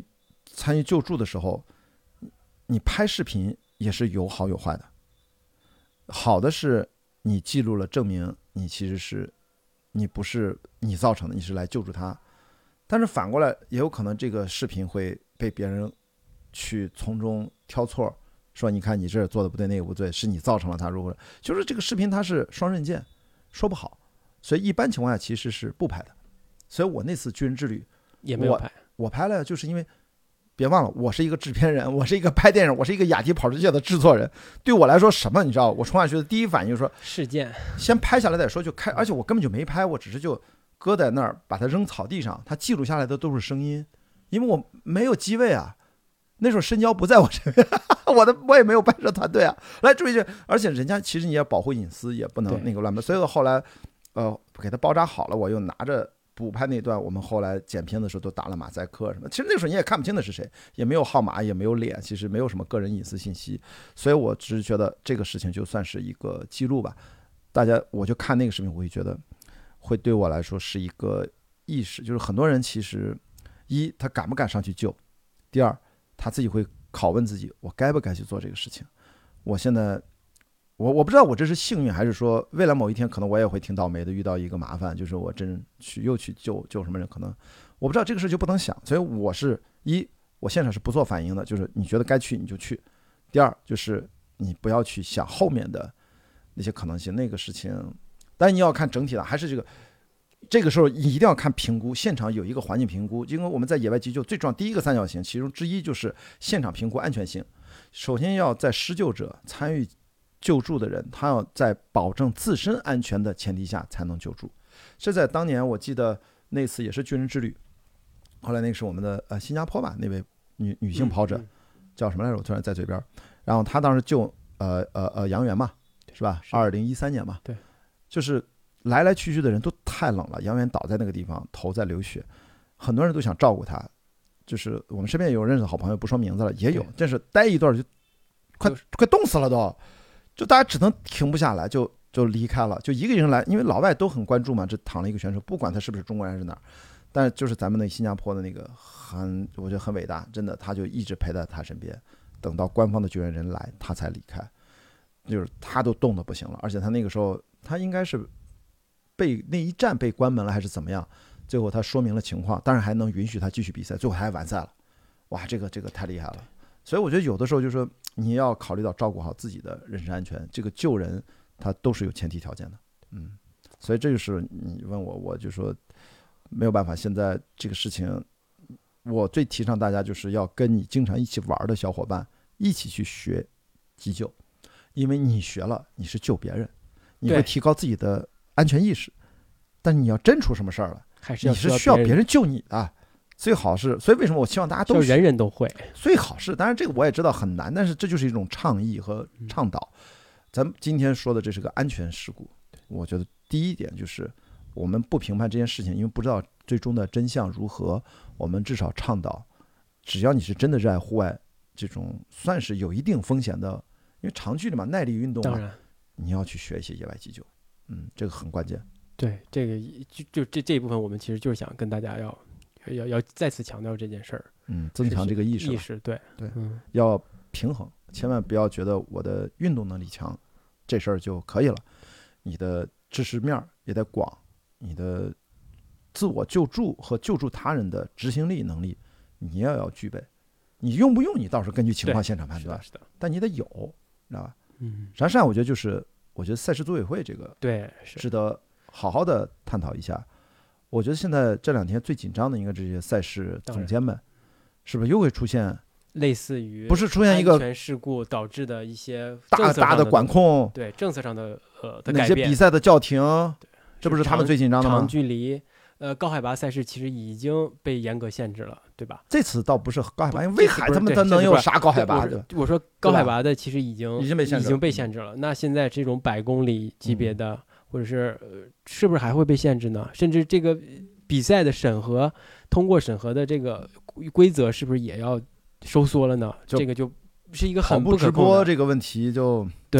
参与救助的时候，你拍视频也是有好有坏的。好的是你记录了，证明你其实是你不是你造成的，你是来救助他。但是反过来也有可能这个视频会被别人去从中挑错，说你看你这做的不对那个不对，是你造成了他，如果就是这个视频它是双刃剑，说不好。所以一般情况下其实是不拍的。所以我那次巨人之旅也没有拍， 我, 我拍了，就是因为别忘了我是一个制片人，我是一个拍电影，我是一个雅迪跑车界的制作人。对我来说什么你知道，我冲上去的第一反应就是说事件先拍下来再说，就开，而且我根本就没拍，我只是就搁在那儿把它扔草地上，它记录下来的都是声音，因为我没有机位啊，那时候深交不在我这边，我的我也没有拍摄团队啊，来注意这，而且人家其实你也保护隐私，也不能那个乱拍，所以我后来呃给它包扎好了，我又拿着补拍那段，我们后来剪片的时候都打了马赛克什么，其实那时候你也看不清的是谁，也没有号码，也没有脸，其实没有什么个人隐私信息，所以我只是觉得这个事情就算是一个记录吧。大家我就看那个视频，我会觉得会对我来说是一个意识，就是很多人其实一他敢不敢上去救，第二他自己会拷问自己，我该不该去做这个事情。我现在我我不知道我这是幸运，还是说未来某一天可能我也会挺倒霉的，遇到一个麻烦，就是我真去又去救救什么人，可能我不知道，这个事就不能想。所以我是一我现场是不做反应的，就是你觉得该去你就去。第二就是你不要去想后面的那些可能性，那个事情当然你要看整体的，还是这个这个时候你一定要看评估，现场有一个环境评估，因为我们在野外急救最重要第一个三角形其中之一就是现场评估安全性。首先要在施救者参与救助的人，他要在保证自身安全的前提下才能救助。这在当年我记得那次也是巨人之旅，后来那个是我们的呃新加坡吧，那位女女性跑者、嗯嗯、叫什么来着，我突然在嘴边。然后她当时救呃呃呃杨元嘛，是吧？二零一三年嘛， 对， 就是来来去去的人都太冷了，杨元倒在那个地方，头在流血，很多人都想照顾他。就是我们身边有认识的好朋友，不说名字了，也有，但是待一段就快、就是、快冻死了都。就大家只能停不下来，就就离开了，就一个人来，因为老外都很关注嘛，这躺了一个选手，不管他是不是中国人还是哪儿，但是就是咱们那新加坡的那个很，我觉得很伟大，真的，他就一直陪在他身边，等到官方的救援人来，他才离开，就是他都冻得不行了，而且他那个时候他应该是被那一站被关门了还是怎么样，最后他说明了情况，当然还能允许他继续比赛，最后还完赛了，哇，这个这个太厉害了。所以我觉得有的时候就是说你要考虑到照顾好自己的人身安全，这个救人它都是有前提条件的，嗯，所以这就是你问我，我就说没有办法，现在这个事情我最提倡大家就是要跟你经常一起玩的小伙伴一起去学急救，因为你学了你是救别人，你会提高自己的安全意识，但你要真出什么事儿了， 还是你是需要别人救你的。最好是，所以为什么我希望大家都人人都会， 最好是，当然这个我也知道很难，但是这就是一种倡议和倡导。咱们今天说的这是个安全事故，我觉得第一点就是我们不评判这件事情，因为不知道最终的真相如何，我们至少倡导，只要你是真的热爱户外这种算是有一定风险的，因为长距离嘛，耐力运动嘛，你要去学一些野外急救，嗯，这个很关键。 对，这个就就这这一部分我们其实就是想跟大家要要要再次强调这件事儿， 嗯，增强这个意识， 意识，对对，嗯，要平衡，千万不要觉得我的运动能力强，这事儿就可以了。你的知识面也得广，你的自我救助和救助他人的执行力能力，你也要具备。你用不用，你倒是根据情况现场判断， 是的， 但你得有，知道吧？ 嗯， 然后我觉得就是，我觉得赛事组委会这个对值得好好的探讨一下。我觉得现在这两天最紧张的应该这些赛事总监们，是不是又会出现类似于不是出现一个安全事故导致的一些大大的管控？ 对政策上的呃的改变，哪些比赛的叫停？这不是他们最紧张的吗？ 长距离，呃，高海拔赛事其实已经被严格限制了，对吧？ 这次倒不是高海拔，因为威海他们他能有啥高海拔？ 对，我说高海拔的其实已经已经被限制， 已经被限制了。那现在这种百公里级别的。嗯或者是、呃、是不是还会被限制呢？甚至这个比赛的审核，通过审核的这个规则是不是也要收缩了呢？这个就是一个很不可控的。 跑步直播这个问题就对，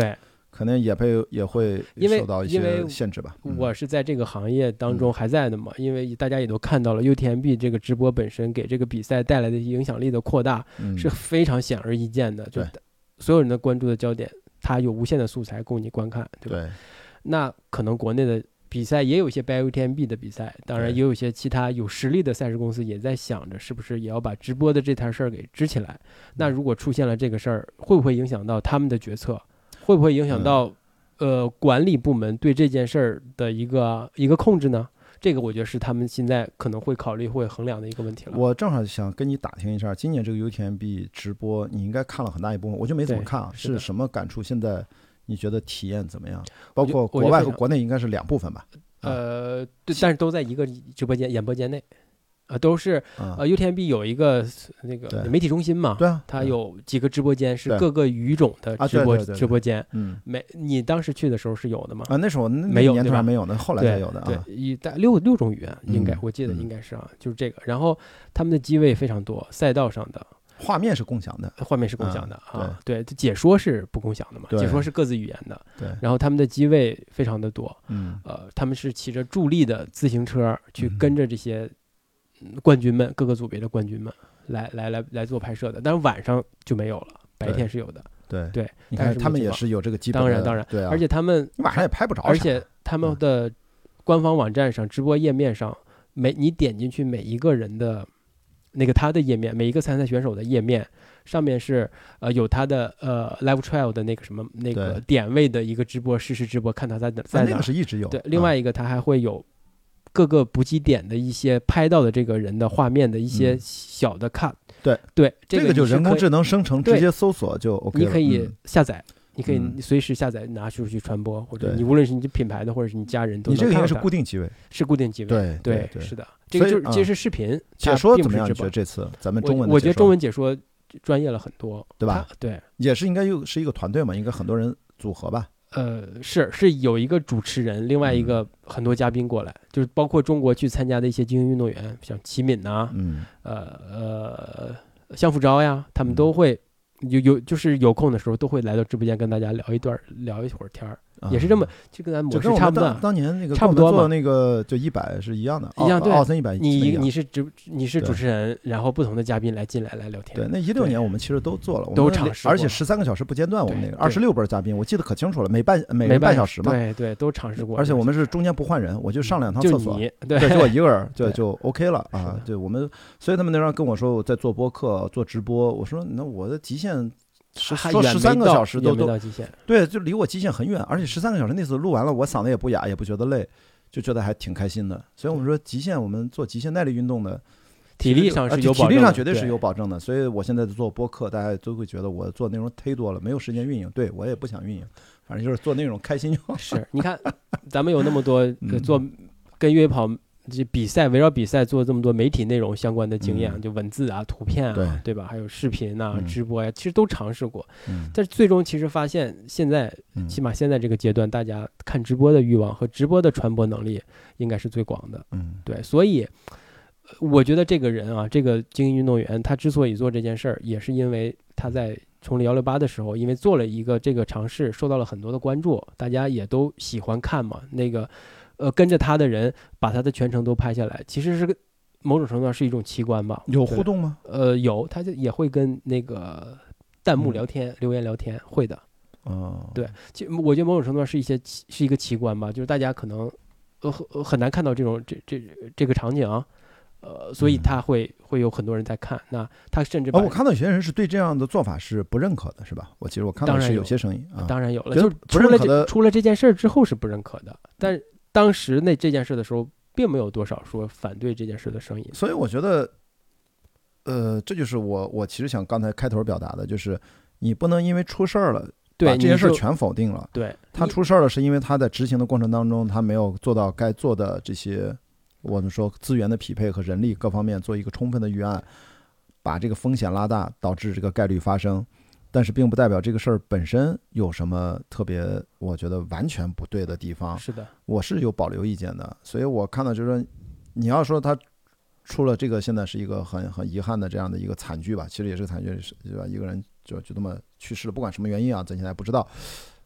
可能也会也会因为受到一因为些限制吧。嗯我是在这个行业当中还在的嘛，因为大家也都看到了 U T M B 这个直播本身给这个比赛带来的影响力的扩大嗯是非常显而易见的，就对所有人的关注的焦点，它有无限的素材供你观看，对吧？ 对， 那可能国内的比赛也有一些 by U T M B 的比赛，当然对也有一些其他有实力的赛事公司也在想着是不是也要把直播的这摊事儿给支起来。那如果出现了这个事儿，会不会影响到他们的决策？会不会影响到、嗯、呃管理部门对这件事儿的一个一个控制呢？这个我觉得是他们现在可能会考虑会衡量的一个问题了。 我正好想跟你打听一下，今年这个 U T M B 直播你应该看了很大一部分，我就没怎么看啊， 是是什么感触？现在你觉得体验怎么样？包括我国外和国内应该是两部分吧？ 呃，对，但是都在一个直播间演播间内。呃，都是嗯、 呃 U T M B 有一个那个媒体中心嘛， 对啊， 它有几个直播间是对各个语种的直播、 啊、对对对对直播间。 嗯， 没，你当时去的时候是有的吗？ 啊，那时候那没有， 年头还没有呢，后来才有的啊。 对，一大六六种语言，应该、 嗯、 我记得应该是啊，嗯、就是这个。然后他们的机位非常多，赛道上的画面是共享的， 画面是共享的、 嗯、 啊，对，解说是不共享的嘛，解说是各自语言的。 对， 然后他们的机位非常的多， 嗯， 呃，他们是骑着助力的自行车去跟着这些。冠军们，各个组别的冠军们来来来来做拍摄的，但是晚上就没有了，白天是有的。 对对， 你看他们也是有这个基本的， 当然当然， 对啊， 而且他们晚上也拍不着， 而且他们的官方网站上、直播页面上，每你点进去每一个人的那个他的页面，每一个参赛选手的页面上面是呃有他的呃 live trial 的那个什么那个点位的一个直播实时直播，看他在哪在哪， 那个是一直有。 对，另外一个他还会有。各个补给点的一些拍到的这个人的画面的一些小的 cut，、嗯、 对对，这个、 这个就人工智能生成，直接搜索就 OK 了。 你可以下载， 嗯、 你可以随时下载拿出去传播，或者你无论是你品牌的或者是你家人都能看到。 你这个应该是固定机位， 是固定机位。 对对对， 是的，这个就是这是视频解说怎么样？你觉得这次咱们中文我我觉得中文解说专业了很多， 对吧？ 对， 也是应该又是一个团队嘛，应该很多人组合吧。 呃，是是有一个主持人，另外一个很多嘉宾过来，嗯、就是包括中国去参加的一些精英运动员，像齐敏呐、啊， 嗯， 呃呃，向福昭呀，他们都会有有就是有空的时候都会来到直播间跟大家聊一段聊一会儿天儿。也是这么，就跟咱模式差不多。 当年那个差不多嘛， 那个就一百是一样的， 一样对。 奥森一百， 你你是主你是主持人，然后不同的嘉宾来进来来聊天。 对，那一六年我们其实都做了， 都尝试过， 而且十三个小时不间断，我们那个二十六波嘉宾，我记得可清楚了，每半每人半小时嘛。 对对，都尝试过。 而且我们是中间不换人，我就上两趟厕所， 对， 就我一个人就就 OK 了啊。对我们，所以他们那时候跟我说我在做播客做直播，我说那我的极限。说十三个小时都都对，就离我极限很远，而且十三个小时那次录完了，我嗓子也不哑，也不觉得累，就觉得还挺开心的。所以我们说极限，我们做极限耐力运动的， 体力上是有保证的， 体力上绝对是有保证的。所以我现在做播客，大家都会觉得我做内容忒多了，没有时间运营。对我也不想运营，反正就是做内容开心就好。 是，你看咱们有那么多做跟越野跑。这比赛围绕比赛做这么多媒体内容相关的经验， 嗯、 就文字啊、图片啊， 对, 对吧？还有视频啊、 嗯、 直播呀、啊，其实都尝试过。 嗯、 但是最终其实发现，现在、 嗯、 起码现在这个阶段，大家看直播的欲望和直播的传播能力应该是最广的。 嗯， 对，所以我觉得这个人啊，这个精英运动员，他之所以做这件事儿，也是因为他在冲力幺六八的时候，因为做了一个这个尝试，受到了很多的关注，大家也都喜欢看嘛。那个。呃，跟着他的人把他的全程都拍下来，其实是某种程度上是一种奇观吧。 有互动吗？ 呃，有，他就也会跟那个弹幕聊天、嗯、留言聊天，会的。 哦， 对，其实我觉得某种程度上是一些是一个奇观吧，就是大家可能呃很难看到这种这这这个场景、啊，呃，所以他会、嗯、会有很多人在看。那他甚至把、 哦、我看到有些人是对这样的做法是不认可的，是吧？我其实我看到是有些声音啊， 当然有了，就是出了这出了这件事之后是不认可的，但是。当时那这件事的时候，并没有多少说反对这件事的声音， 所以我觉得，呃，这就是我我其实想刚才开头表达的，就是你不能因为出事儿了， 对把这件事全否定了。 对， 他出事儿了，是因为他在执行的过程当中，他没有做到该做的这些，我们说资源的匹配和人力各方面做一个充分的预案，把这个风险拉大，导致这个概率发生。但是并不代表这个事儿本身有什么特别，我觉得完全不对的地方。 是的， 我是有保留意见的。所以我看到就是说，你要说他出了这个，现在是一个很很遗憾的这样的一个惨剧吧，其实也是惨剧，对吧？一个人就就这么去世了，不管什么原因啊，咱现在不知道。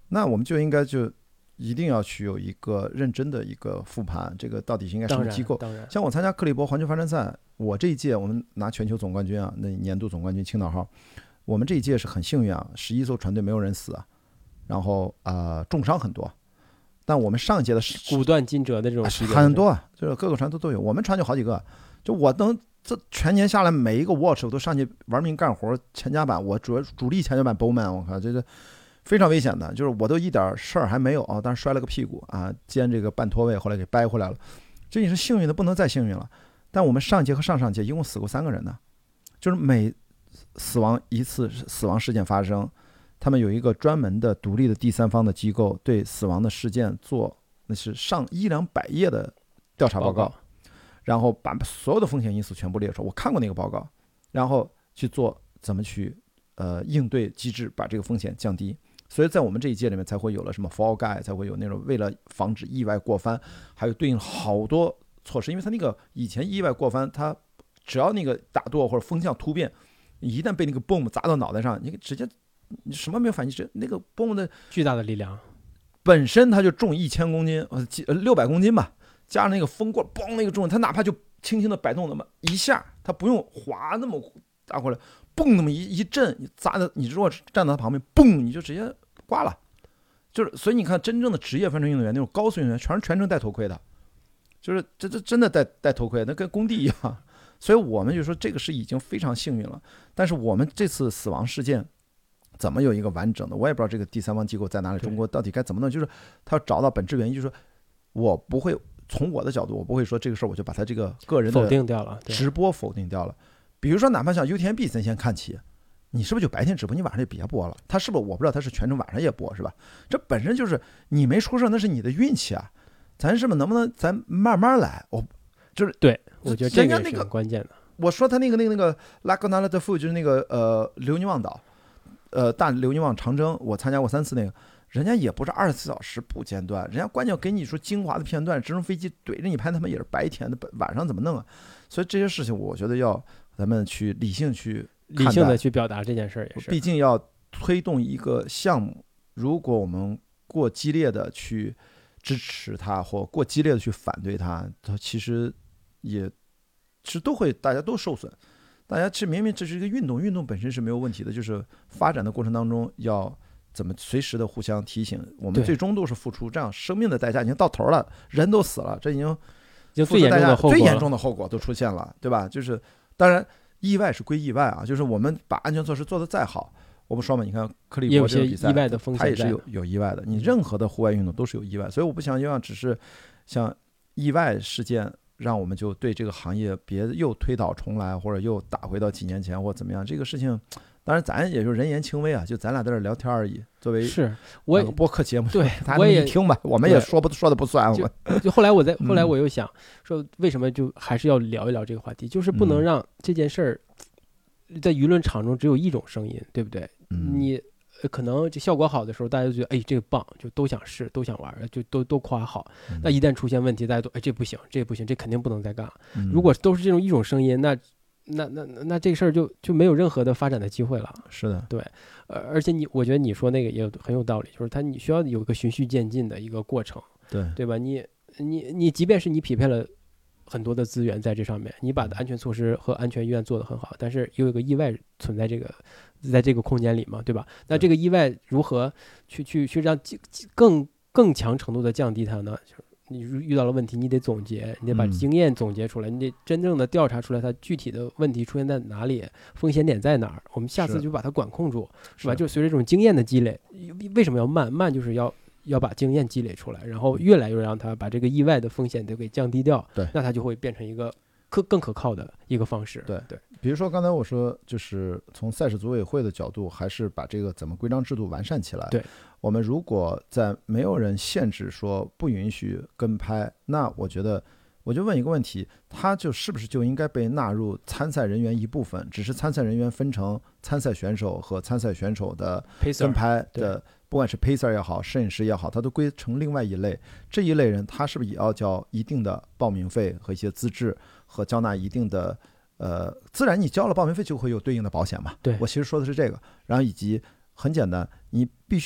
那我们就应该就一定要去有一个认真的一个复盘，这个到底应该什么机构？像我参加克利伯环球帆船赛，我这一届我们拿全球总冠军啊，那年度总冠军青岛号，我们这一届是很幸运啊，十一艘船队没有人死啊，然后啊、呃、重伤很多，但我们上一届的骨断筋折的这种事很多啊，就是各个船都都有，我们船就好几个，就我能这全年下来每一个 watch 我都上去玩命干活，前甲板我主主力前甲板 bowman， 我靠这个。非常危险的，就是我都一点事儿还没有啊，但是摔了个屁股啊，肩这个半脱位，后来给掰回来了。这也是幸运的不能再幸运了。但我们上届和上上届一共死过三个人呢，就是每死亡一次死亡事件发生，他们有一个专门的独立的第三方的机构对死亡的事件做那是上一两百页的调查报告，然后把所有的风险因素全部列出，我看过那个报告，然后去做怎么去呃应对机制，把这个风险降低。所以在我们这一届里面才会有了什么 fall guy， 才会有那种为了防止意外过帆，还有对应好多措施。因为他那个以前意外过帆，他只要那个打舵或者风向突变，一旦被那个 boom 砸到脑袋上，你直接你什么没有反应，这那个 boom 的巨大的力量， 本身它就重一千公斤，呃六百公斤吧，加上那个风棍，嘣那个重，它哪怕就轻轻的摆动那么一下，它不用滑那么打过来。蹦那么一一震，你砸的，你如果站在他旁边，蹦你就直接挂了。就是所以你看，真正的职业帆船运动员那种高速运动员，全是全程戴头盔的，就是这这真的戴戴头盔，那跟工地一样。所以我们就说这个是已经非常幸运了。但是我们这次死亡事件怎么有一个完整的，我也不知道这个第三方机构在哪里，中国到底该怎么弄？就是他要找到本质原因，就是说我不会从我的角度，我不会说这个事儿我就把他这个个人的否定掉了， 直播否定掉了。比如说，哪怕像 U T M B 咱先看起，你是不是就白天直播，你晚上就别播了？他是不是我不知道他是全程晚上也播是吧？这本身就是你没出事，那是你的运气啊。咱是不是能不能咱慢慢来？我就是对，我觉得这个是很关键的。 我说他那个那个那个拉格纳拉德夫，就是那个呃留尼旺岛，呃大留尼旺长征，我参加过三次那个，人家也不是二十四小时不间断，人家关键给你说精华的片段，直升飞机怼着你拍，他们也是白天的，晚上怎么弄啊？所以这些事情，我觉得要。咱们去理性去理性的去表达这件事儿也是， 毕竟要推动一个项目，如果我们过激烈的去支持它，或过激烈的去反对它，它其实也其实都会大家都受损。大家其实明明这是一个运动，运动本身是没有问题的，就是发展的过程当中要怎么随时的互相提醒，我们最终都是付出，这样生命的代价已经到头了，人都死了，这已经已经最严重的后果， 最严重的后果都出现了，对吧？就是当然。意外是归意外啊，就是我们把安全措施做得再好，我不说嘛，你看克利伯这个比赛， 意外的风险它也是有有意外的。你任何的户外运动都是有意外，所以我不想要只是像意外事件，让我们就对这个行业别又推倒重来，或者又打回到几年前或怎么样。这个事情，当然咱也就人言轻微啊，就咱俩在这聊天而已。作为是我也播客节目， 对， 大家一听吧，我们也说不说的不算。 就就后来我在后来我又想说，为什么就还是要聊一聊这个话题，就是不能让这件事儿。在舆论场中只有一种声音，对不对？ 嗯、 你可能这效果好的时候，大家就觉得哎这个棒，就都想试，都想玩，就都都夸好。 嗯、 那一旦出现问题，大家都哎这不行，这不行，这肯定不能再干了。 嗯、 如果都是这种一种声音，那那那那这个事儿就就没有任何的发展的机会了。 是的， 对，呃，而且你我觉得你说那个也有很有道理，就是它你需要有一个循序渐进的一个过程， 对对吧？你你你即便是你匹配了。很多的资源在这上面，你把的安全措施和安全预案做得很好，但是又有一个意外存在这个，在这个空间里嘛，对吧？那这个意外如何去去去让更更强程度的降低它呢？就是你遇到了问题，你得总结，你得把经验总结出来，嗯、你得真正的调查出来它具体的问题出现在哪里，风险点在哪儿，我们下次就把它管控住，是, 是吧？就随着这种经验的积累，为什么要慢？慢就是要。要把经验积累出来，然后越来越让他把这个意外的风险都给降低掉， 对， 那他就会变成一个可更可靠的一个方式。 对对， 比如说刚才我说，就是从赛事组委会的角度，还是把这个怎么规章制度完善起来。 对， 我们如果在没有人限制说不允许跟拍，那我觉得我就问一个问题，他就是不是就应该被纳入参赛人员一部分？只是参赛人员分成参赛选手和参赛选手的跟拍的。不管是 pacer 也好，摄影师也好，它都归成另外一类。这一类人，他是不是也要交一定的报名费和一些资质，和交纳一定的呃，自然你交了报名费就会有对应的保险嘛。 对， 我其实说的是这个。然后以及很简单，你必须得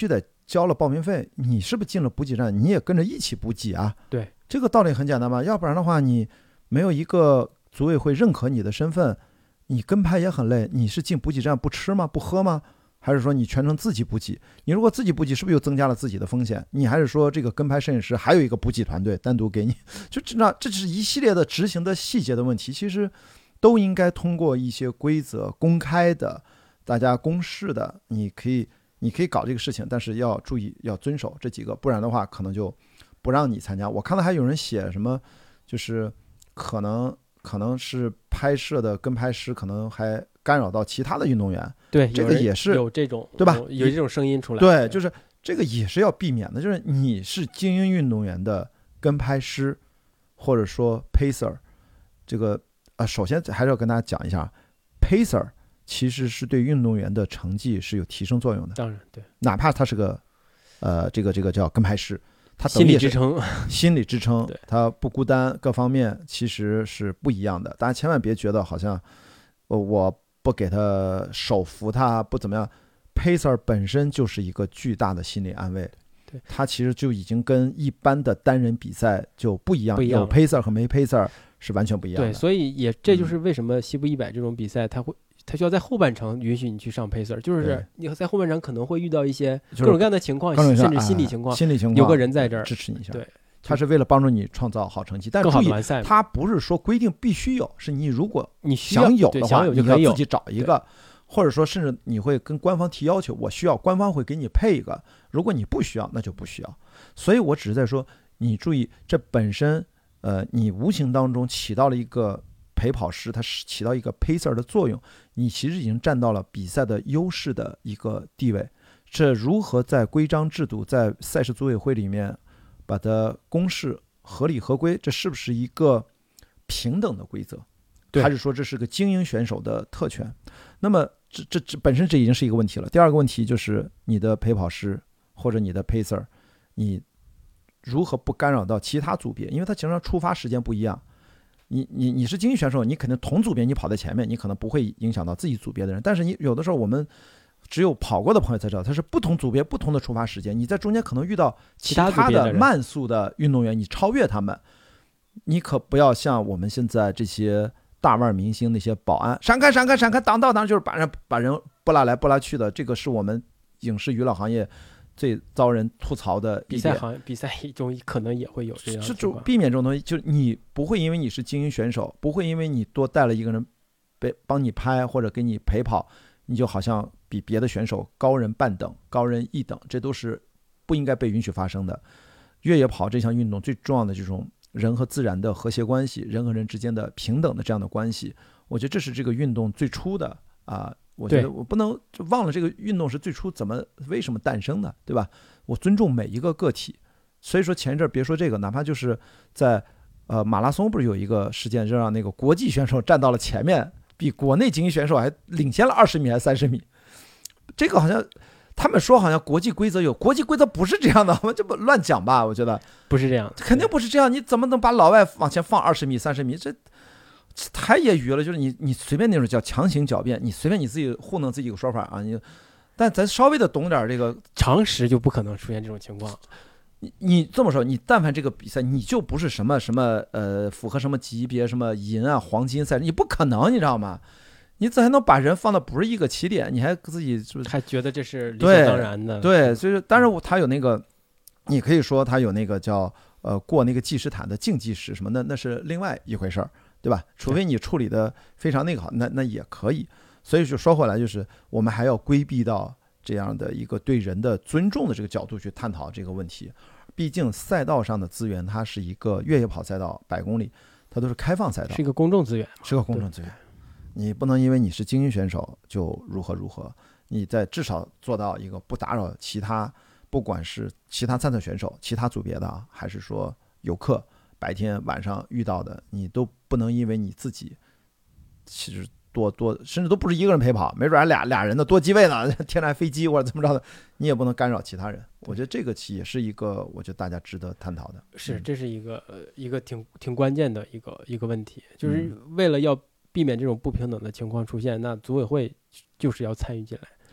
交了报名费，你是不是进了补给站，你也跟着一起补给啊？ 对， 这个道理很简单吧？要不然的话，你没有一个组委会认可你的身份，你跟拍也很累。你是进补给站不吃吗？不喝吗？还是说你全程自己补给？你如果自己补给，是不是又增加了自己的风险？你还是说这个跟拍摄影师还有一个补给团队单独给你？就这那这是一系列的执行的细节的问题，其实都应该通过一些规则公开的、大家公示的，你可以你可以搞这个事情，但是要注意要遵守这几个，不然的话可能就不让你参加。我看到还有人写什么，就是可能可能是拍摄的跟拍师可能还干扰到其他的运动员。 对， 这个也是有这种对吧？ 有这种声音出来。 对，就是这个也是要避免的。就是你是精英运动员的跟拍师，或者说 pacer， 这个啊，首先还是要跟大家讲一下 ，pacer 其实是对运动员的成绩是有提升作用的。 当然，对， 哪怕他是个呃，这个这个叫跟拍师，他心理支撑， 心理支撑， 对， 他不孤单，各方面其实是不一样的。大家千万别觉得好像我不给他手扶他不怎么样 ，pacer 本身就是一个巨大的心理安慰。 对， 他其实就已经跟一般的单人比赛就不一样， 不一样有 pacer 和没 pacer 是完全不一样的。 对，所以也这就是为什么西部一百这种比赛，他会他需要在后半程允许你去上 pacer， 就是你在后半程可能会遇到一些各种各样的情况， 就是、 甚至心理情况， 哎、心理情况有个人在这儿支持你一下。 对。 他是为了帮助你创造好成绩，但注意，他不是说规定必须有，是你如果你想有的话， 有你要自己找一个，或者说甚至你会跟官方提要求，我需要，官方会给你配一个。如果你不需要，那就不需要。所以我只是在说，你注意，这本身，呃，你无形当中起到了一个陪跑师，它是起到一个 pacer 的作用，你其实已经占到了比赛的优势的一个地位。这如何在规章制度，在赛事组委会里面把它公示合理合规，这是不是一个平等的规则？还是说这是个精英选手的特权？那么这这这本身这已经是一个问题了。第二个问题就是你的陪跑师或者你的 pacer， 你如何不干扰到其他组别？因为它经常出发时间不一样。你你你是精英选手，你肯定同组别你跑在前面，你可能不会影响到自己组别的人。但是你有的时候我们只有跑过的朋友才知道，它是不同组别不同的出发时间，你在中间可能遇到其他的慢速的运动员，你超越他们，你可不要像我们现在这些大腕明星那些保安，闪开闪开闪开，挡道挡，就是把人把人拨拉来拨拉去的。这个是我们影视娱乐行业最遭人吐槽的一点。 比赛行比赛中可能也会有这样的情况， 就避免这种东西，就是你不会因为你是精英选手，不会因为你多带了一个人被帮你拍或者给你陪跑，你就好像比别的选手高人半等、高人一等，这都是不应该被允许发生的。越野跑这项运动最重要的这种人和自然的和谐关系，人和人之间的平等的这样的关系，我觉得这是这个运动最初的啊、呃。我觉得我不能忘了这个运动是最初怎么为什么诞生的，对吧？我尊重每一个个体。所以说前一阵别说这个，哪怕就是在呃马拉松不是有一个事件，就让那个国际选手站到了前面，比国内精英选手还领先了二十米还是三十米。这个好像他们说好像国际规则有，国际规则不是这样的，我们这不乱讲吧？我觉得不是这样， 肯定不是这样。你怎么能把老外往前放二十米、三十米？这太业余了。就是你你随便那种叫强行狡辩，你随便你自己糊弄自己有说法啊。你但咱稍微的懂点这个常识，就不可能出现这种情况。 你你这么说，你但凡这个比赛，你就不是什么什么呃符合什么级别什么银啊黄金赛，你不可能，你知道吗？你怎还能把人放到不是一个起点？你还自己是还觉得这是理所当然的？ 对，对，所以当然他有那个，你可以说他有那个叫呃过那个计时毯的竞技时什么，那那是另外一回事儿，对吧？除非你处理的非常那个好，那那也可以。所以就说回来，就是我们还要规避到这样的一个对人的尊重的这个角度去探讨这个问题。毕竟赛道上的资源，它是一个越野跑赛道，百公里，它都是开放赛道， 是一个公众资源， 是个公众资源。你不能因为你是精英选手就如何如何，你在至少做到一个不打扰其他，不管是其他参赛选手、其他组别的，还是说游客白天晚上遇到的，你都不能因为你自己其实多多，甚至都不是一个人陪跑，没准还俩俩人的多机位呢，天来飞机或者怎么着的，你也不能干扰其他人。我觉得这个也是一个，我觉得大家值得探讨的。 是，这是一个呃一个挺挺关键的一个一个问题，就是为了要避免这种不平等的情况出现，那组委会就是要参与进来。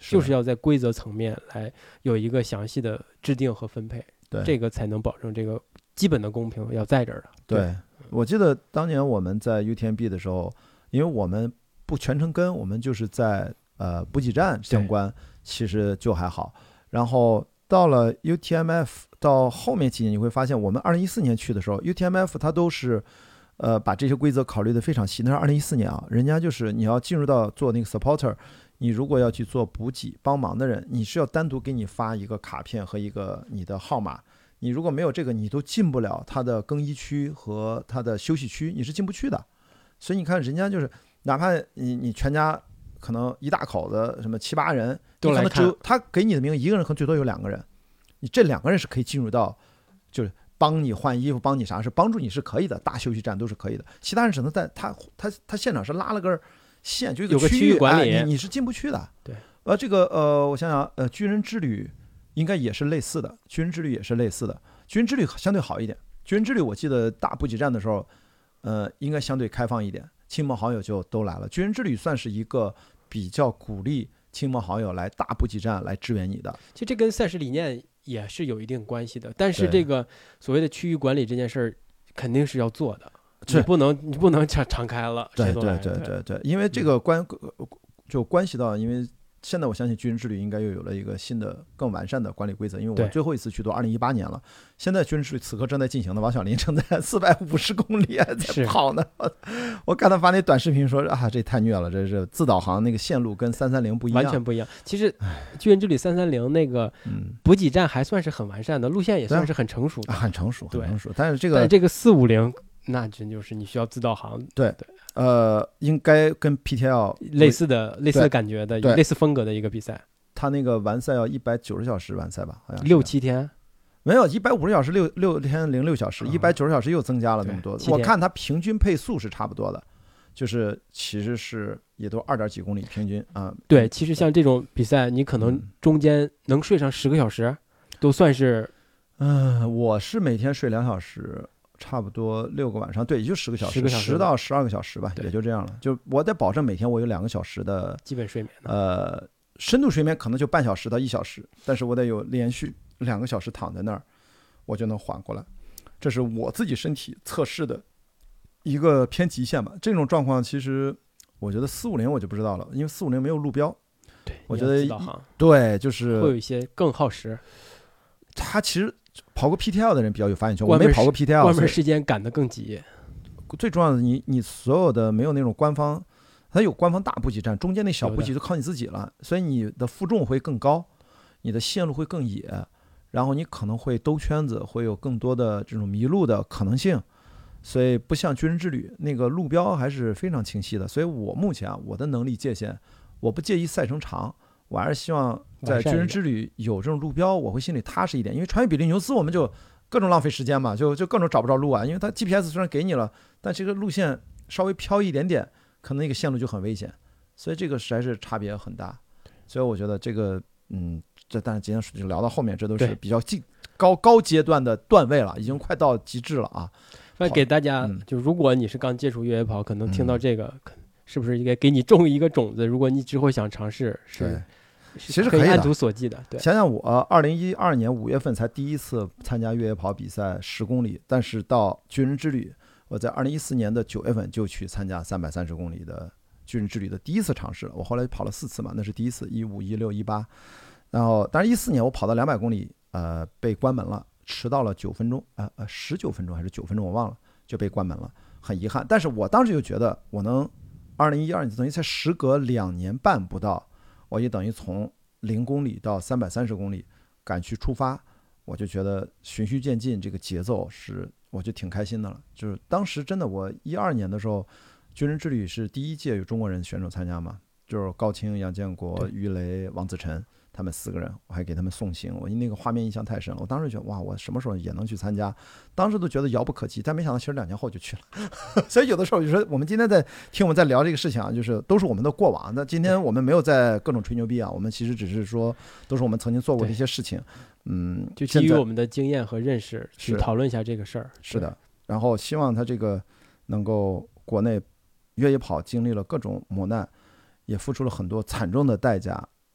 就是要在规则层面来有一个详细的制定和分配， 对， 这个才能保证这个基本的公平要在这儿的。 对， 对， 我记得当年我们在 U T M B 的时候，因为我们不全程跟，我们就是在呃补给站相关，其实就还好。然后到了 U T M F 到后面几年，你会发现我们二零一四年去的时候 ，U T M F 它都是呃把这些规则考虑的非常细。那是二零一四年啊，人家就是你要进入到做那个 supporter， 你如果要去做补给帮忙的人，你是要单独给你发一个卡片和一个你的号码。你如果没有这个，你都进不了他的更衣区和他的休息区，你是进不去的。所以你看，人家就是哪怕你你全家可能一大口子什么七八人， 都来看， 你可能只有他给你的名一个人，可能最多有两个人，你这两个人是可以进入到，就是帮你换衣服、帮你啥是帮助你是可以的，大休息站都是可以的。其他人只能在他他他现场是拉了根线，就一有个区区域管理， 哎、你你是进不去的。 对， 呃，这个呃，我想想，呃，军人之旅。应该也是类似的，军人之旅也是类似的。军人之旅相对好一点，军人之旅我记得大补给站的时候，呃，应该相对开放一点，亲朋好友就都来了。军人之旅算是一个比较鼓励亲朋好友来大补给站来支援你的。 其实这跟赛事理念也是有一定关系的，但是这个所谓的区域管理这件事儿肯定是要做的，你不能你不能敞敞开了， 对谁都来。 对对对对，因为这个关就关系到，因为。现在我相信军人之旅应该又有了一个新的更完善的管理规则，因为我最后一次去都二零一八年了，现在军人之旅此刻正在进行的，王小林正在四百五十公里在跑呢。我看他发那短视频说啊，这太虐了，这是自导航那个线路跟三三零不一样， 完全不一样。其实军人之旅三三零那个补给站还算是很完善的，路线也算是很成熟的， 啊、很成熟，很成熟。但是这个但这个四五零那真就是你需要自导航。 对对。呃，应该跟 P T L 类似的、类似的感觉的、类似风格的一个比赛。 他那个完赛要一百九十小时完赛吧？好像六七天， 没有一百五十小时，六六天零六小时，一百九十小时又增加了那么多。我看他平均配速是差不多的，就是其实是也都二点几公里平均啊、呃。 对，其实像这种比赛，你可能中间能睡上十个小时，都算是。 嗯、呃，我是每天睡两小时。差不多六个晚上，对，也就十个小时，十到十二个小时吧，也就这样了。就我得保证每天我有两个小时的基本睡眠， 呃，深度睡眠可能就半小时到一小时，但是我得有连续两个小时躺在那儿，我就能缓过来。这是我自己身体测试的一个偏极限吧。这种状况其实我觉得四五零我就不知道了，因为四五零没有路标。 对， 我觉得对，就是会有一些更耗时。 它其实。跑过 P T L 的人比较有发言权，我没跑过 P T L， 关门时间赶得更急。 最重要的，你你所有的没有那种官方，它有官方大补给站，中间那小补给都靠你自己了，所以你的负重会更高，你的线路会更野，然后你可能会兜圈子，会有更多的这种迷路的可能性。所以不像军人之旅那个路标还是非常清晰的。所以我目前啊，我的能力界限，我不介意赛程长。我还是希望在军人之旅有这种路标，我会心里踏实一点。因为穿越比利牛斯我们就各种浪费时间嘛，就就各种找不着路啊。因为它 G P S 虽然给你了，但这个路线稍微飘一点点，可能那个线路就很危险。所以这个实在是差别很大。所以我觉得这个，嗯，这但是今天就聊到后面，这都是比较近高高阶段的段位了，已经快到极致了啊。 那给大家，嗯、就如果你是刚接触越野跑，可能听到这个。嗯，是不是应该给你种一个种子？如果你之后想尝试，是其实可以按图索骥的。对， 想想我二零一二年五月份才第一次参加越野跑比赛十公里，但是到军人之旅，我在二零一四年的九月份就去参加三百三十公里的军人之旅的第一次尝试了。我后来跑了四次嘛，那是第一次，一五、一六、一八，然后当然一四年我跑到两百公里，呃，被关门了，迟到了九分钟，呃呃，十九分钟还是九分钟，我忘了，就被关门了，很遗憾。但是我当时就觉得我能。二零一二年等于才时隔两年半不到，我也等于从零公里到三百三十公里赶去出发，我就觉得循序渐进，这个节奏是我就挺开心的了。就是当时真的，我一二年的时候，军人之旅是第一届有中国人选手参加嘛，就是高清、杨建国、于雷、王子晨他们四个人，我还给他们送行，我那个画面印象太深了。我当时觉得哇，我什么时候也能去参加？当时都觉得遥不可及，但没想到其实两年后就去了。所以有的时候就说，我们今天在听我们在聊这个事情啊，就是都是我们的过往。那今天我们没有在各种吹牛逼啊，我们其实只是说都是我们曾经做过的一些事情。嗯， 就基于我们的经验和认识去讨论一下这个事儿。 是的，然后希望他这个能够国内越野跑经历了各种磨难，也付出了很多惨重的代价。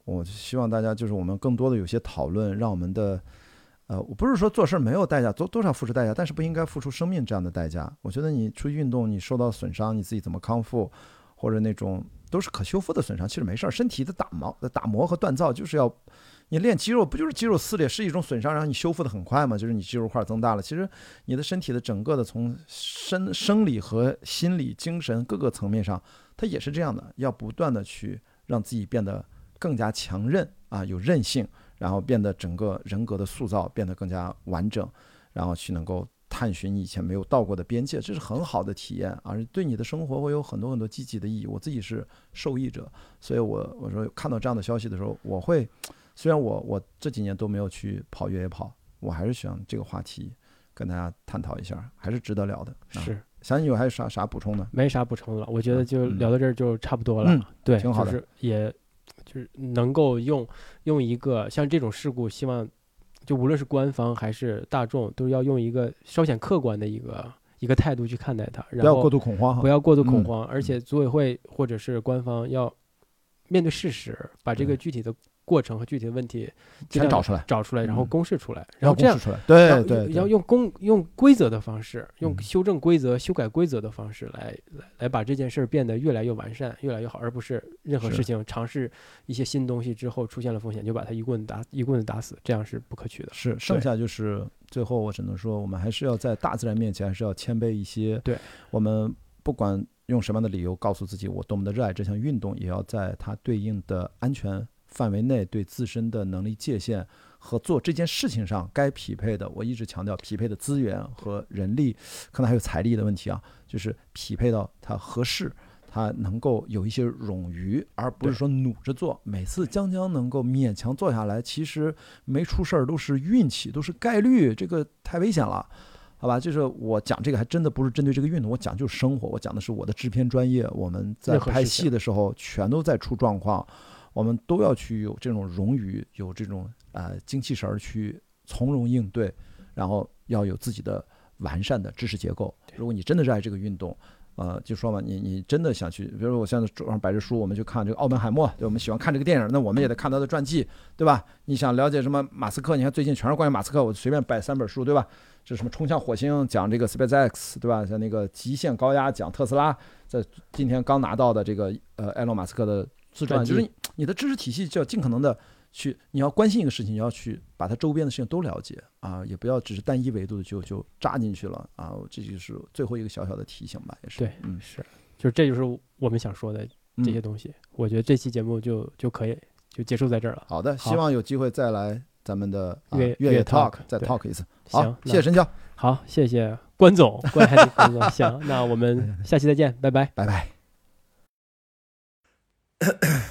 我希望大家就是我们更多的有些讨论，让我们的呃，我不是说做事没有代价，多多少付出代价，但是不应该付出生命这样的代价。我觉得你出去运动，你受到损伤，你自己怎么康复，或者那种都是可修复的损伤，其实没事儿。身体的打磨、打磨和锻造，就是要你练肌肉，不就是肌肉撕裂是一种损伤，然后你修复的很快嘛？就是你肌肉块增大了，其实你的身体的整个的从生生理和心理、精神各个层面上，它也是这样的，要不断的去让自己变得更加强韧啊，有韧性。然后变得整个人格的塑造变得更加完整，然后去能够探寻以前没有到过的边界，这是很好的体验，而对你的生活会有很多很多积极的意义。我自己是受益者，所以我我说看到这样的消息的时候，我会虽然我我这几年都没有去跑越野跑，我还是想这个话题跟大家探讨一下，还是值得聊的。 是， 想你有还有啥啥补充的？ 没啥补充了，我觉得就聊到这儿就差不多了。 嗯， 对， 挺好的， 就是也。就是能够用用一个像这种事故，希望就无论是官方还是大众，都要用一个稍显客观的一个一个态度去看待它，然后不要过度恐慌， 不要过度恐慌， 嗯、 而且组委会或者是官方要面对事实，把这个具体的过程和具体的问题全找出来， 找出来，然后公示出来， 嗯、 然后这样出来，对对， 要用公用规则的方式，用修正规则、嗯、修改规则的方式来来来把这件事变得越来越完善、越来越好，而不是任何事情尝试一些新东西之后出现了风险就把它一棍打一棍子打死，这样是不可取的。 是，剩下就是最后我只能说，我们还是要在大自然面前还是要谦卑一些。 对， 我们不管用什么样的理由告诉自己我多么的热爱这项运动，也要在它对应的安全范围内，对自身的能力界限和做这件事情上该匹配的，我一直强调匹配的资源和人力，可能还有财力的问题啊，就是匹配到它合适，它能够有一些冗余，而不是说努着做。每次将将能够勉强做下来，其实没出事儿都是运气，都是概率，这个太危险了。好吧，就是我讲这个还真的不是针对这个运动，我讲就是生活，我讲的是我的制片专业，我们在拍戏的时候全都在出状况，我们都要去有这种冗余，有这种呃精气神去从容应对，然后要有自己的完善的知识结构。如果你真的热爱这个运动，呃，就说嘛，你你真的想去，比如说我现在桌上摆着书，我们去看这个奥本海默，对，我们喜欢看这个电影，那我们也得看他的传记，对吧？你想了解什么马斯克，你看最近全是关于马斯克，我随便摆三本书，对吧？这什么冲向火星讲这个 SpaceX， 对吧？像那个极限高压讲特斯拉，在今天刚拿到的这个呃埃隆马斯克的自传，就是你你的知识体系就要尽可能的去，你要关心一个事情，你要去把它周边的事情都了解啊，也不要只是单一维度的就就扎进去了啊。这就是最后一个小小的提醒吧，也是。 对，嗯，是，就是这就是我们想说的这些东西。嗯、我觉得这期节目就就可以就结束在这儿了。 好的，希望有机会再来咱们的越越野 talk 再 talk 一次。好，谢谢申教。 好，谢谢关总，关海的关总。行，那我们下期再见，拜拜， 拜拜。